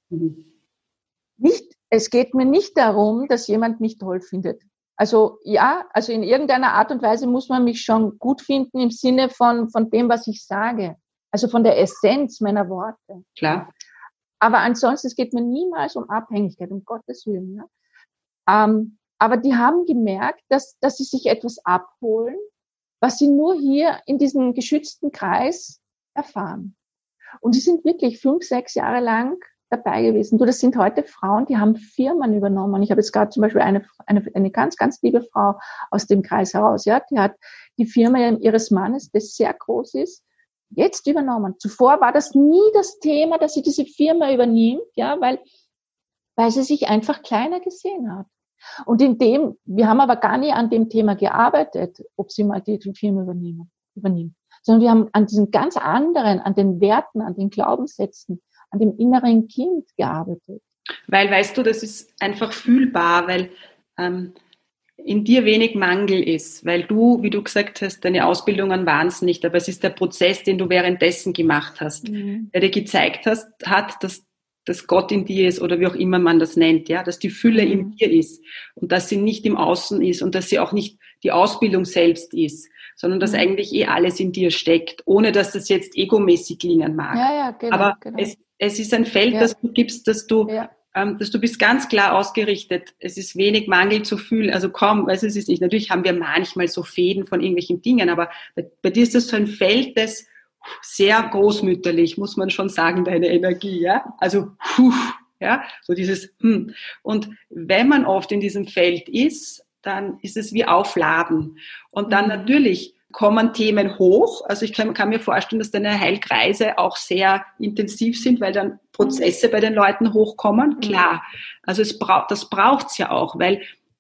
Speaker 2: es geht mir nicht darum, dass jemand mich toll findet. Also also in irgendeiner Art und Weise muss man mich schon gut finden im Sinne von dem, was ich sage. Also von der Essenz meiner Worte.
Speaker 1: Klar.
Speaker 2: Aber ansonsten, es geht mir niemals um Abhängigkeit, um Gottes Willen. Ja. Aber die haben gemerkt, dass sie sich etwas abholen, was sie nur hier in diesem geschützten Kreis erfahren. Und die sind wirklich 5, 6 Jahre lang dabei gewesen. Das sind heute Frauen, die haben Firmen übernommen. Ich habe jetzt gerade zum Beispiel eine ganz, ganz liebe Frau aus dem Kreis heraus. Ja, die hat die Firma ihres Mannes, das sehr groß ist, jetzt übernommen. Zuvor war das nie das Thema, dass sie diese Firma übernimmt, ja, weil sie sich einfach kleiner gesehen hat. Und wir haben aber gar nie an dem Thema gearbeitet, ob sie mal die Firma übernimmt, sondern wir haben an diesen ganz anderen, an den Werten, an den Glaubenssätzen, an dem inneren Kind gearbeitet.
Speaker 1: Weil, weißt du, das ist einfach fühlbar, weil in dir wenig Mangel ist, weil du, wie du gesagt hast, deine Ausbildungen waren es nicht, aber es ist der Prozess, den du währenddessen gemacht hast, der dir gezeigt hat, dass Gott in dir ist oder wie auch immer man das nennt, ja, dass die Fülle in dir ist und dass sie nicht im Außen ist und dass sie auch nicht die Ausbildung selbst ist, sondern dass eigentlich alles in dir steckt, ohne dass das jetzt egomäßig klingen mag.
Speaker 2: Ja, genau,
Speaker 1: aber
Speaker 2: genau.
Speaker 1: Es ist ein Feld, das du gibst, dass du bist ganz klar ausgerichtet. Es ist wenig Mangel zu fühlen. Also kaum, es ist nicht. Natürlich haben wir manchmal so Fäden von irgendwelchen Dingen, aber bei dir ist das so ein Feld, das sehr großmütterlich, muss man schon sagen, deine Energie, ja. Also, ja, so dieses, Und wenn man oft in diesem Feld ist, dann ist es wie Aufladen. Und dann natürlich kommen Themen hoch. Also ich kann mir vorstellen, dass deine Heilkreise auch sehr intensiv sind, weil dann Prozesse bei den Leuten hochkommen. Klar. Also das braucht's ja auch, weil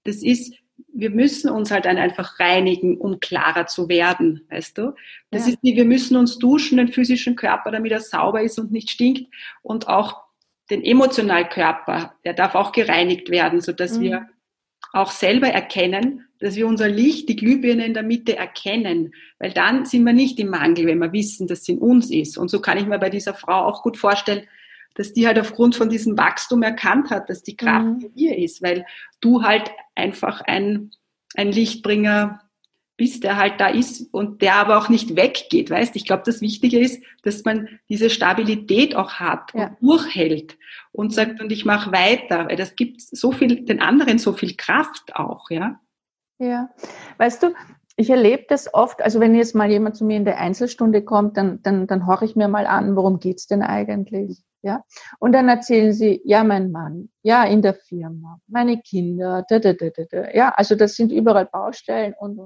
Speaker 1: wir müssen uns halt dann einfach reinigen, um klarer zu werden, weißt du? Das ist wie, wir müssen uns duschen, den physischen Körper, damit er sauber ist und nicht stinkt. Und auch den emotionalen Körper, der darf auch gereinigt werden, sodass wir auch selber erkennen, dass wir unser Licht, die Glühbirne in der Mitte erkennen, weil dann sind wir nicht im Mangel, wenn wir wissen, dass es in uns ist. Und so kann ich mir bei dieser Frau auch gut vorstellen, dass die halt aufgrund von diesem Wachstum erkannt hat, dass die Kraft in ihr ist, weil du halt einfach ein Lichtbringer bist, der halt da ist und der aber auch nicht weggeht, weißt? Ich glaube, das Wichtige ist, dass man diese Stabilität auch hat und durchhält und sagt, und ich mache weiter, weil das gibt den anderen so viel Kraft auch, ja?
Speaker 2: Ja, weißt du, ich erlebe das oft, also wenn jetzt mal jemand zu mir in der Einzelstunde kommt, dann horche ich mir mal an, worum geht's denn eigentlich, ja? Und dann erzählen sie, ja, mein Mann, ja, in der Firma, meine Kinder, ja, also das sind überall Baustellen und.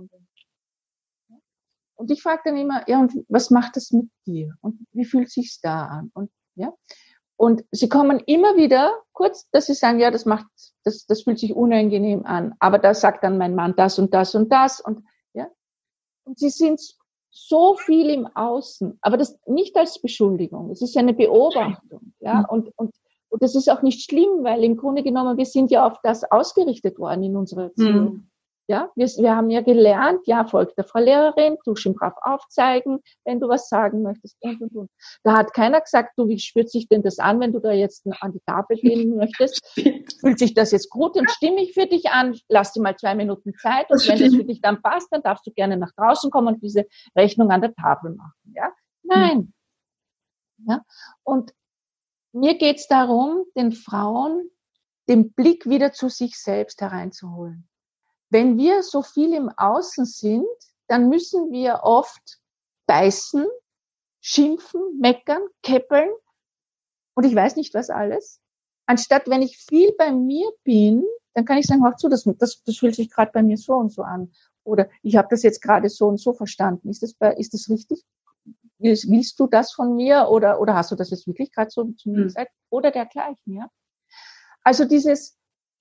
Speaker 2: Und ich frage dann immer, ja, und was macht das mit dir? Und wie fühlt sich's da an? Und, ja. Und sie kommen immer wieder kurz, dass sie sagen, ja, das fühlt sich unangenehm an. Aber da sagt dann mein Mann das und das und das und, ja. Und sie sind so viel im Außen, aber das nicht als Beschuldigung. Es ist eine Beobachtung, ja. Und das ist auch nicht schlimm, weil im Grunde genommen, wir sind ja auf das ausgerichtet worden in unserer Erziehung. Ja, wir haben ja gelernt, ja, folgt der Frau Lehrerin, du schön brav aufzeigen, wenn du was sagen möchtest und. Da hat keiner gesagt, du, wie spürt sich denn das an, wenn du da jetzt an die Tafel gehen möchtest? Fühlt sich das jetzt gut und stimmig für dich an? Lass dir mal 2 Minuten Zeit und wenn das für dich dann passt, dann darfst du gerne nach draußen kommen und diese Rechnung an der Tafel machen, ja? Nein. Ja? Und mir geht's darum, den Frauen den Blick wieder zu sich selbst hereinzuholen. Wenn wir so viel im Außen sind, dann müssen wir oft beißen, schimpfen, meckern, käppeln und ich weiß nicht was alles. Anstatt wenn ich viel bei mir bin, dann kann ich sagen, hör zu, das fühlt sich gerade bei mir so und so an. Oder ich habe das jetzt gerade so und so verstanden. Ist das richtig? Willst du das von mir? Oder hast du das jetzt wirklich gerade so zu mir gesagt? Oder dergleichen, ja? Also dieses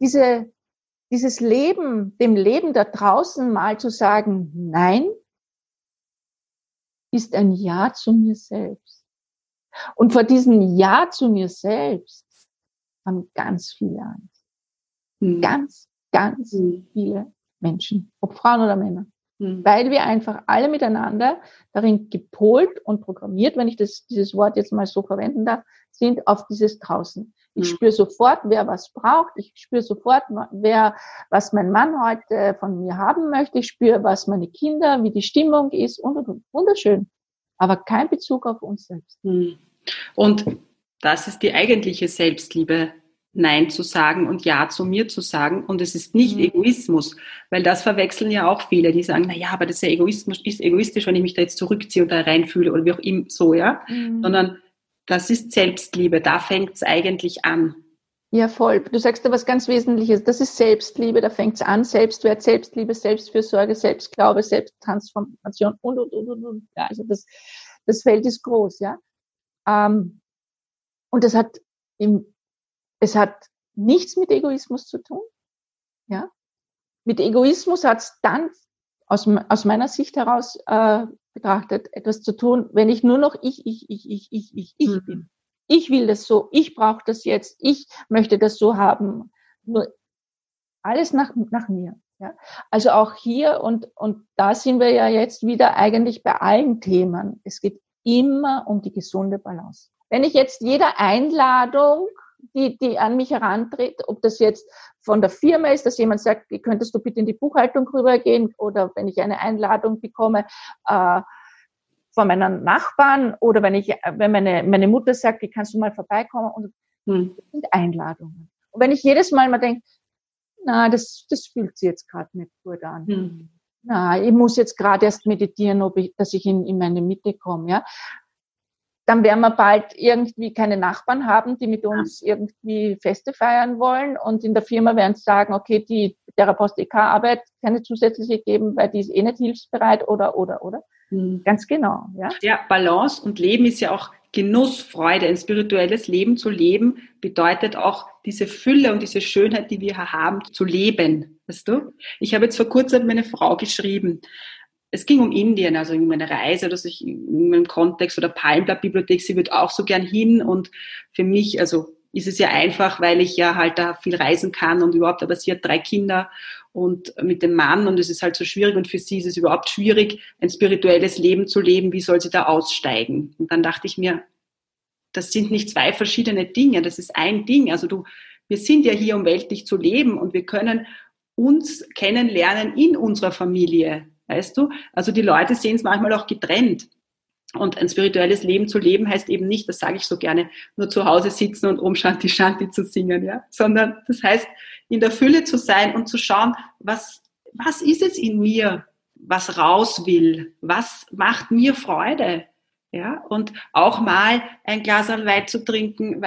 Speaker 2: Leben, dem Leben da draußen mal zu sagen, nein, ist ein Ja zu mir selbst. Und vor diesem Ja zu mir selbst haben ganz viele Angst. Ganz viele Menschen, ob Frauen oder Männer. Weil wir einfach alle miteinander darin gepolt und programmiert, wenn ich dieses Wort jetzt mal so verwenden darf, sind auf dieses draußen. Ich spüre sofort, wer was braucht. Ich spüre sofort, was mein Mann heute von mir haben möchte. Ich spüre, was meine Kinder, wie die Stimmung ist und. Wunderschön. Aber kein Bezug auf uns selbst.
Speaker 1: Und das ist die eigentliche Selbstliebe, Nein zu sagen und Ja zu mir zu sagen. Und es ist nicht Egoismus, weil das verwechseln ja auch viele, die sagen, na ja, aber das ist ja Egoismus, ist egoistisch, wenn ich mich da jetzt zurückziehe und da reinfühle oder wie auch immer so, ja. Sondern das ist Selbstliebe, da fängt es eigentlich an.
Speaker 2: Ja, voll. Du sagst da was ganz Wesentliches. Das ist Selbstliebe, da fängt es an. Selbstwert, Selbstliebe, Selbstfürsorge, Selbstglaube, Selbsttransformation und. Ja, also das Feld ist groß, ja. Und es hat nichts mit Egoismus zu tun, ja. Mit Egoismus hat es dann aus meiner Sicht heraus betrachtet etwas zu tun, wenn ich nur noch ich bin. Ich will das so, ich brauche das jetzt, ich möchte das so haben. Nur alles nach mir. Ja? Also auch hier und da sind wir ja jetzt wieder eigentlich bei allen Themen. Es geht immer um die gesunde Balance. Wenn ich jetzt jede Einladung, die an mich herantritt, ob das jetzt von der Firma ist, dass jemand sagt, könntest du bitte in die Buchhaltung rübergehen, oder wenn ich eine Einladung bekomme von meinen Nachbarn, oder wenn meine Mutter sagt, wie kannst du mal vorbeikommen, und das sind Einladungen. Und wenn ich jedes Mal mal denke, na, das fühlt sich jetzt gerade nicht gut an. Na, ich muss jetzt gerade erst meditieren, dass ich in meine Mitte komme, ja. Dann werden wir bald irgendwie keine Nachbarn haben, die mit uns irgendwie Feste feiern wollen. Und in der Firma werden sie sagen, okay, der Apothekar-Arbeit keine zusätzliche geben, weil die ist eh nicht hilfsbereit oder. Ganz genau, ja.
Speaker 1: Ja, Balance und Leben ist ja auch Genuss, Freude. Ein spirituelles Leben zu leben bedeutet auch diese Fülle und diese Schönheit, die wir hier haben, zu leben. Weißt du? Ich habe jetzt vor kurzem meine Frau geschrieben. Es ging um Indien, also in meiner Reise oder so, in meinem Kontext oder Palmblatt-Bibliothek, sie wird auch so gern hin, und für mich, also ist es ja einfach, weil ich ja halt da viel reisen kann und überhaupt, aber sie hat 3 Kinder und mit dem Mann, und es ist halt so schwierig, und für sie ist es überhaupt schwierig, ein spirituelles Leben zu leben, wie soll sie da aussteigen? Und dann dachte ich mir, das sind nicht 2 verschiedene Dinge, das ist ein Ding, also wir sind ja hier, um weltlich zu leben, und wir können uns kennenlernen in unserer Familie. Weißt du? Also die Leute sehen es manchmal auch getrennt. Und ein spirituelles Leben zu leben heißt eben nicht, das sage ich so gerne, nur zu Hause sitzen und Om Shanti Shanti zu singen, ja? Sondern das heißt, in der Fülle zu sein und zu schauen, was ist es in mir, was raus will? Was macht mir Freude? Ja? Und auch mal ein Glas Wein zu trinken,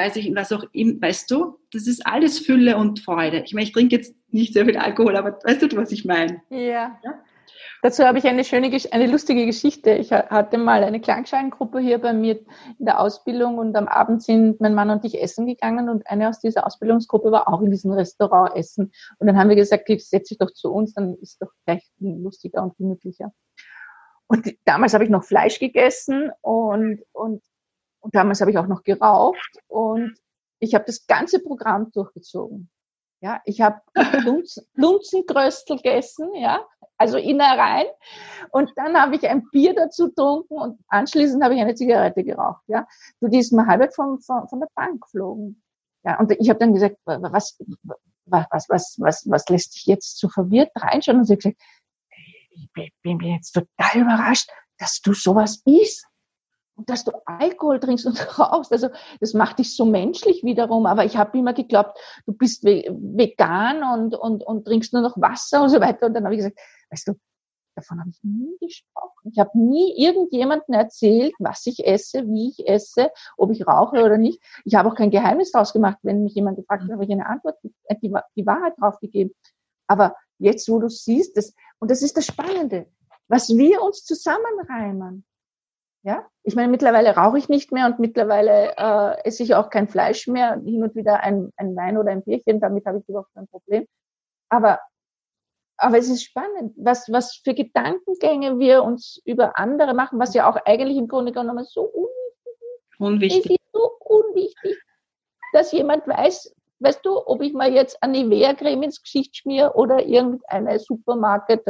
Speaker 1: weißt du, das ist alles Fülle und Freude. Ich meine, ich trinke jetzt nicht sehr viel Alkohol, aber weißt du, was ich meine?
Speaker 2: Ja. Dazu habe ich eine lustige Geschichte. Ich hatte mal eine Klangschalengruppe hier bei mir in der Ausbildung, und am Abend sind mein Mann und ich essen gegangen, und eine aus dieser Ausbildungsgruppe war auch in diesem Restaurant essen. Und dann haben wir gesagt, setz dich doch zu uns, dann ist es doch gleich lustiger und gemütlicher. Und damals habe ich noch Fleisch gegessen und damals habe ich auch noch geraucht und ich habe das ganze Programm durchgezogen. Ja, ich habe Lunzengröstel gegessen, ja, also Innereien. Und dann habe ich ein Bier dazu getrunken und anschließend habe ich eine Zigarette geraucht, ja. Die ist mir halb von der Bank geflogen. Ja, und ich habe dann gesagt, was lässt dich jetzt so verwirrt reinschauen? Und sie hat gesagt, ich bin jetzt total überrascht, dass du sowas isst. Und dass du Alkohol trinkst und rauchst, also das macht dich so menschlich wiederum, aber ich habe immer geglaubt, du bist vegan und trinkst nur noch Wasser und so weiter und dann habe ich gesagt, weißt du, davon habe ich nie gesprochen. Ich habe nie irgendjemandem erzählt, was ich esse, wie ich esse, ob ich rauche oder nicht. Ich habe auch kein Geheimnis draus gemacht, wenn mich jemand gefragt hat, habe ich eine Antwort, die Wahrheit drauf gegeben. Aber jetzt, wo du siehst, und das ist das Spannende, was wir uns zusammenreimen. Ja, ich meine, mittlerweile rauche ich nicht mehr und mittlerweile esse ich auch kein Fleisch mehr, hin und wieder ein Wein oder ein Bierchen, damit habe ich überhaupt kein Problem. Aber es ist spannend, was für Gedankengänge wir uns über andere machen, was ja auch eigentlich im Grunde genommen so unwichtig ist, so unwichtig, dass jemand weiß, weißt du, ob ich mal jetzt eine Nivea-Creme ins Gesicht schmiere oder irgendeine Supermarket.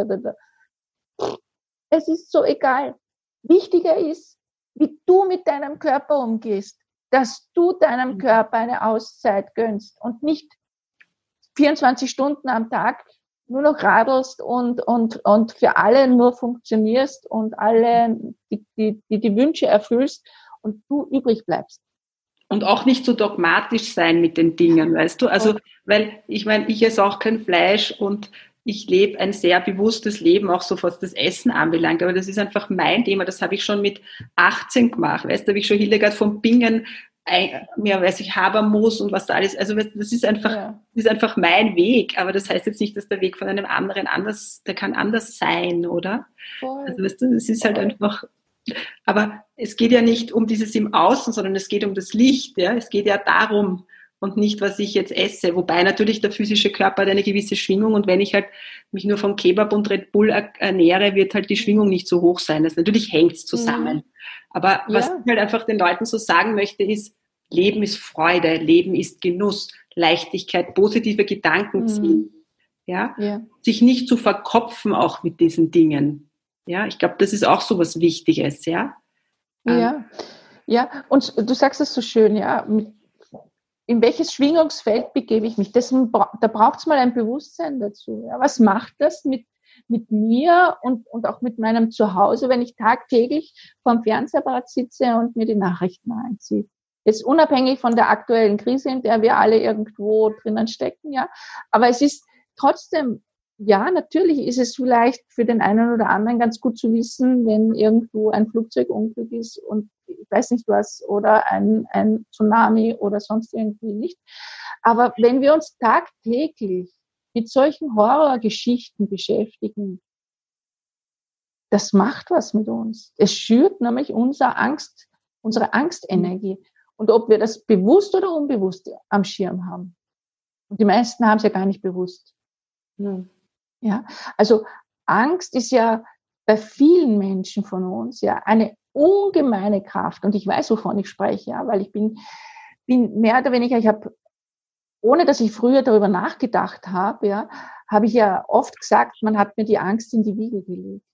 Speaker 2: Es ist so egal. Wichtiger ist, wie du mit deinem Körper umgehst, dass du deinem Körper eine Auszeit gönnst und nicht 24 Stunden am Tag nur noch radelst und für alle nur funktionierst und alle die Wünsche erfüllst und du übrig bleibst.
Speaker 1: Und auch nicht so dogmatisch sein mit den Dingen, weißt du? Also, weil ich meine, ich esse auch kein Fleisch und ich lebe ein sehr bewusstes Leben, auch so was das Essen anbelangt. Aber das ist einfach mein Thema. Das habe ich schon mit 18 gemacht. Weißt du, habe ich schon Hildegard von Bingen, Habermus und was da alles. Also das ist einfach mein Weg. Aber das heißt jetzt nicht, dass der Weg von einem anderen der kann anders sein, oder? Voll. Also weißt du, es ist halt einfach. Aber es geht ja nicht um dieses im Außen, sondern es geht um das Licht. Ja, es geht ja darum. Und nicht, was ich jetzt esse. Wobei natürlich der physische Körper hat eine gewisse Schwingung und wenn ich halt mich nur vom Kebab und Red Bull ernähre, wird halt die Schwingung nicht so hoch sein. Das natürlich hängt es zusammen. Aber was ich halt einfach den Leuten so sagen möchte, ist, Leben ist Freude, Leben ist Genuss, Leichtigkeit, positive Gedanken ziehen. Ja? Sich nicht zu verkopfen auch mit diesen Dingen. Ja, ich glaube, das ist auch so was Wichtiges. Ja,
Speaker 2: und du sagst es so schön, ja, in welches Schwingungsfeld begebe ich mich? Da braucht es mal ein Bewusstsein dazu. Ja? Was macht das mit mir und auch mit meinem Zuhause, wenn ich tagtäglich vorm Fernsehapparat sitze und mir die Nachrichten reinziehe? Jetzt unabhängig von der aktuellen Krise, in der wir alle irgendwo drinnen stecken, ja. Aber es ist trotzdem, ja, natürlich ist es vielleicht für den einen oder anderen ganz gut zu wissen, wenn irgendwo ein Flugzeugunglück ist und ich weiß nicht was, oder ein Tsunami oder sonst irgendwie nicht. Aber wenn wir uns tagtäglich mit solchen Horrorgeschichten beschäftigen, das macht was mit uns. Es schürt nämlich unsere Angstenergie. Und ob wir das bewusst oder unbewusst am Schirm haben. Und die meisten haben es ja gar nicht bewusst. Ja, also Angst ist ja bei vielen Menschen von uns ja eine ungemeine Kraft. Und ich weiß, wovon ich spreche, ja, weil ich bin mehr oder weniger, ohne dass ich früher darüber nachgedacht habe, ja, habe ich ja oft gesagt, man hat mir die Angst in die Wiege gelegt.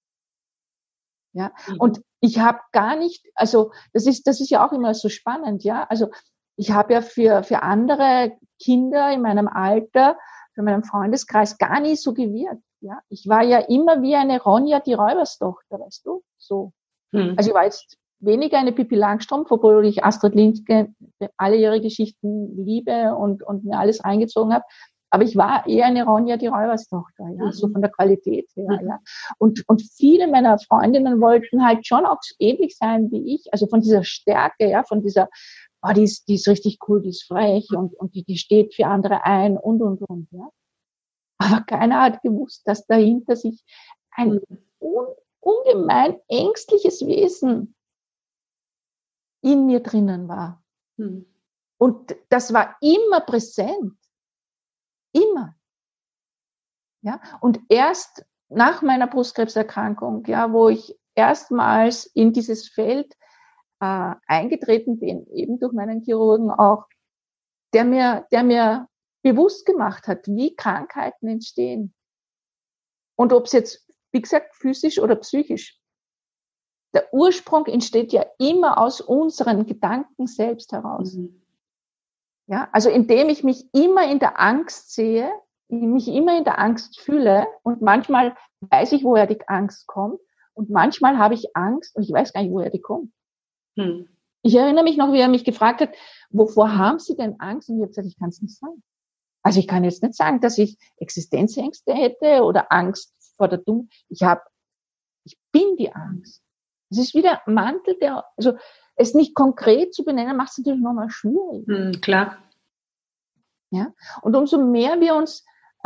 Speaker 2: Ja, und ich habe gar nicht, also das ist ja auch immer so spannend, ja. Also ich habe ja für andere Kinder in meinem Alter, für meinen Freundeskreis gar nie so gewirkt. Ja, ich war ja immer wie eine Ronja, die Räuberstochter, weißt du, so. Also ich war jetzt weniger eine Pippi Langstrumpf, obwohl ich Astrid Lindgren alle ihre Geschichten liebe und mir alles reingezogen habe. Aber ich war eher eine Ronja, die Räuberstochter, ja, so von der Qualität her, ja. Und viele meiner Freundinnen wollten halt schon auch ähnlich sein wie ich, also von dieser Stärke, ja, von dieser, die ist richtig cool, die ist frech und die steht für andere ein und, ja. Aber keiner hat gewusst, dass dahinter sich ein ungemein ängstliches Wesen in mir drinnen war. Und das war immer präsent. Immer. Ja, und erst nach meiner Brustkrebserkrankung, ja, wo ich erstmals in dieses Feld eingetreten bin, eben durch meinen Chirurgen auch, der mir bewusst gemacht hat, wie Krankheiten entstehen. Und ob es jetzt, wie gesagt, physisch oder psychisch. Der Ursprung entsteht ja immer aus unseren Gedanken selbst heraus. Mhm. Ja, also indem ich mich immer in der Angst sehe, mich immer in der Angst fühle und manchmal weiß ich, woher die Angst kommt und manchmal habe ich Angst und ich weiß gar nicht, woher die kommt. Hm. Ich erinnere mich noch, wie er mich gefragt hat, wovor haben Sie denn Angst? Und ich habe gesagt, ich kann es nicht sagen. Also ich kann jetzt nicht sagen, dass ich Existenzängste hätte oder Angst vor der Dummheit. Ich bin die Angst. Es ist wie der Mantel, also es nicht konkret zu benennen, macht es natürlich nochmal schwierig.
Speaker 1: Klar.
Speaker 2: Ja? Und umso mehr wir uns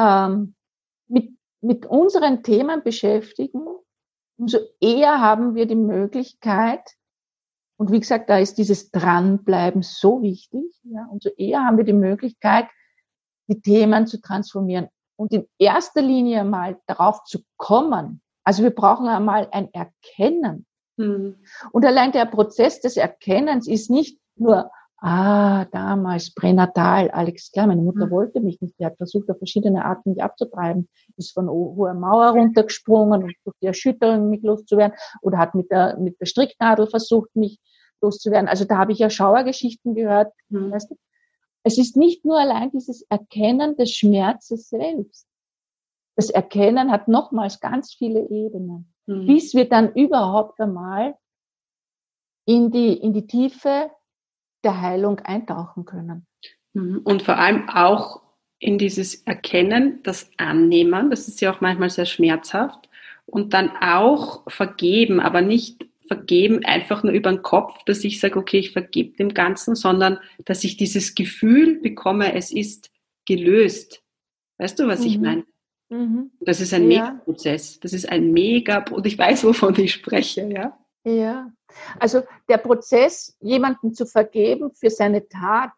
Speaker 2: mit unseren Themen beschäftigen, umso eher haben wir die Möglichkeit, und wie gesagt, da ist dieses Dranbleiben so wichtig, ja, umso eher haben wir die Möglichkeit, die Themen zu transformieren und in erster Linie mal darauf zu kommen. Also wir brauchen einmal ein Erkennen. Mhm. Und allein der Prozess des Erkennens ist nicht nur, damals pränatal, Alex, klar, meine Mutter wollte mich nicht, die hat versucht, auf verschiedene Arten mich abzutreiben, ist von hoher Mauer runtergesprungen und durch die Erschütterung mich loszuwerden oder hat mit der Stricknadel versucht, mich loszuwerden. Also da habe ich ja Schauergeschichten gehört. Weißt du? Es ist nicht nur allein dieses Erkennen des Schmerzes selbst. Das Erkennen hat nochmals ganz viele Ebenen, bis wir dann überhaupt einmal in die Tiefe der Heilung eintauchen können.
Speaker 1: Und vor allem auch in dieses Erkennen, das Annehmen, das ist ja auch manchmal sehr schmerzhaft, und dann auch vergeben, aber nicht vergeben einfach nur über den Kopf, dass ich sage, okay, ich vergebe dem Ganzen, sondern dass ich dieses Gefühl bekomme, es ist gelöst. Weißt du, was ich meine? Das ist ein Mega-Prozess. Das ist ein und ich weiß, wovon ich spreche, ja.
Speaker 2: Ja, also der Prozess, jemanden zu vergeben für seine Tat,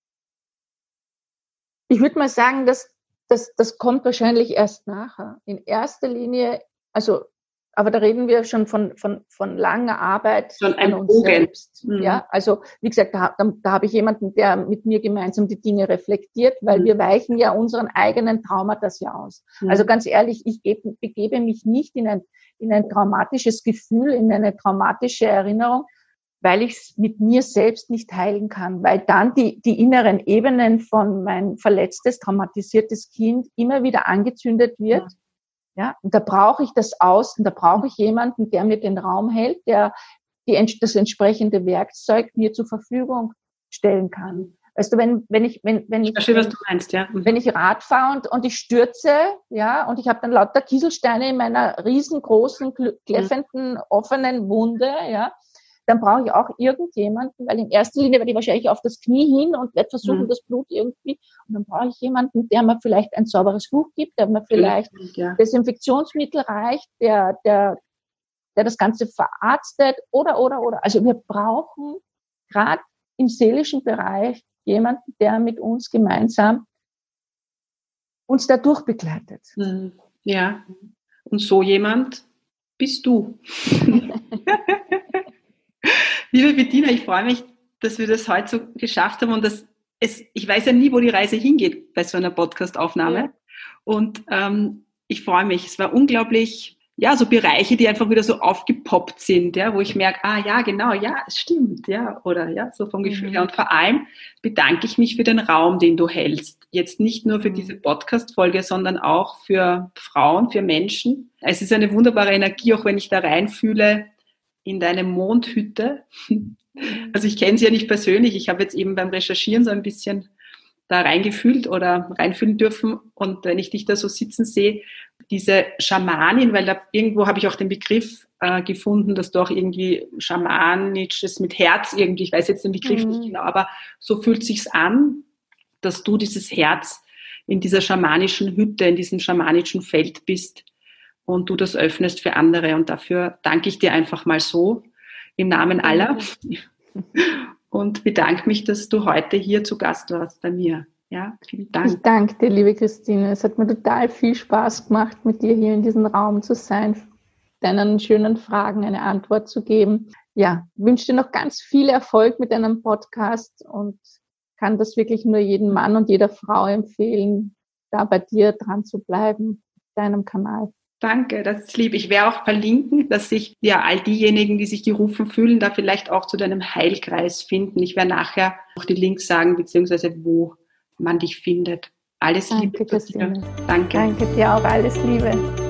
Speaker 2: ich würde mal sagen, das kommt wahrscheinlich erst nachher. In erster Linie, aber da reden wir schon von langer Arbeit an uns selbst. Ja, also wie gesagt, da habe ich jemanden, der mit mir gemeinsam die Dinge reflektiert, weil wir weichen ja unseren eigenen Traumata aus. Also ganz ehrlich, ich begebe mich nicht in ein traumatisches Gefühl, in eine traumatische Erinnerung, weil ich es mit mir selbst nicht heilen kann, weil dann die inneren Ebenen von mein verletztes, traumatisiertes Kind immer wieder angezündet wird. Ja, und da brauche ich das Außen, da brauche ich jemanden, der mir den Raum hält, der das entsprechende Werkzeug mir zur Verfügung stellen kann. Weißt du, wenn ich
Speaker 1: verstehe, was du meinst, ja.
Speaker 2: Wenn ich Rad fahre und ich stürze, ja, und ich habe dann lauter Kieselsteine in meiner riesengroßen, kläffenden, offenen Wunde, ja, dann brauche ich auch irgendjemanden, weil in erster Linie werde ich wahrscheinlich auf das Knie hin und werde versuchen, das Blut irgendwie, und dann brauche ich jemanden, der mir vielleicht ein sauberes Tuch gibt, der mir vielleicht Desinfektionsmittel reicht, der das Ganze verarztet oder. Also wir brauchen gerade im seelischen Bereich jemanden, der mit uns gemeinsam uns dadurch begleitet.
Speaker 1: Ja, und so jemand bist du. Liebe Bettina, ich freue mich, dass wir das heute so geschafft haben und ich weiß ja nie, wo die Reise hingeht bei so einer Podcast-Aufnahme. Ja. Und ich freue mich. Es war unglaublich, ja, so Bereiche, die einfach wieder so aufgepoppt sind, ja, wo ich merke, ja, genau, ja, es stimmt, ja, oder ja, so vom Gefühl her. Und vor allem bedanke ich mich für den Raum, den du hältst. Jetzt nicht nur für diese Podcast-Folge, sondern auch für Frauen, für Menschen. Es ist eine wunderbare Energie, auch wenn ich da reinfühle, in deine Mondhütte. Also ich kenne sie ja nicht persönlich. Ich habe jetzt eben beim Recherchieren so ein bisschen da reingefühlt oder reinfühlen dürfen. Und wenn ich dich da so sitzen sehe, diese Schamanin, weil da irgendwo habe ich auch den Begriff gefunden, dass du auch irgendwie Schamanisches mit Herz irgendwie, ich weiß jetzt den Begriff nicht genau, aber so fühlt sich's an, dass du dieses Herz in dieser schamanischen Hütte, in diesem schamanischen Feld bist. Und du das öffnest für andere. Und dafür danke ich dir einfach mal so im Namen aller und bedanke mich, dass du heute hier zu Gast warst bei mir. Ja, vielen Dank.
Speaker 2: Ich danke dir, liebe Christine. Es hat mir total viel Spaß gemacht, mit dir hier in diesem Raum zu sein. deinen schönen Fragen eine Antwort zu geben. Ja, wünsche dir noch ganz viel Erfolg mit deinem Podcast und kann das wirklich nur jedem Mann und jeder Frau empfehlen, da bei dir dran zu bleiben, deinem Kanal.
Speaker 1: Danke, das ist lieb. Ich werde auch verlinken, dass sich ja all diejenigen, die sich gerufen fühlen, da vielleicht auch zu deinem Heilkreis finden. Ich werde nachher auch die Links sagen, beziehungsweise wo man dich findet. Alles Liebe.
Speaker 2: Danke, Christine.
Speaker 1: Danke.
Speaker 2: Danke dir auch. Alles Liebe.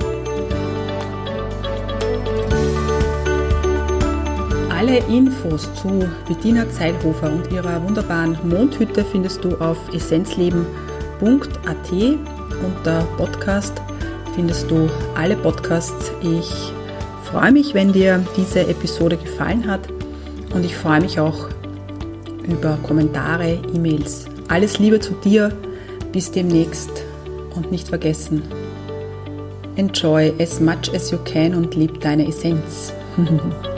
Speaker 1: Alle Infos zu Bettina Zeilhofer und ihrer wunderbaren Mondhütte findest du auf essenzleben.at. Unter Podcast findest du alle Podcasts. Ich freue mich, wenn dir diese Episode gefallen hat und ich freue mich auch über Kommentare, E-Mails. Alles Liebe zu dir, bis demnächst und nicht vergessen, enjoy as much as you can und lieb deine Essenz.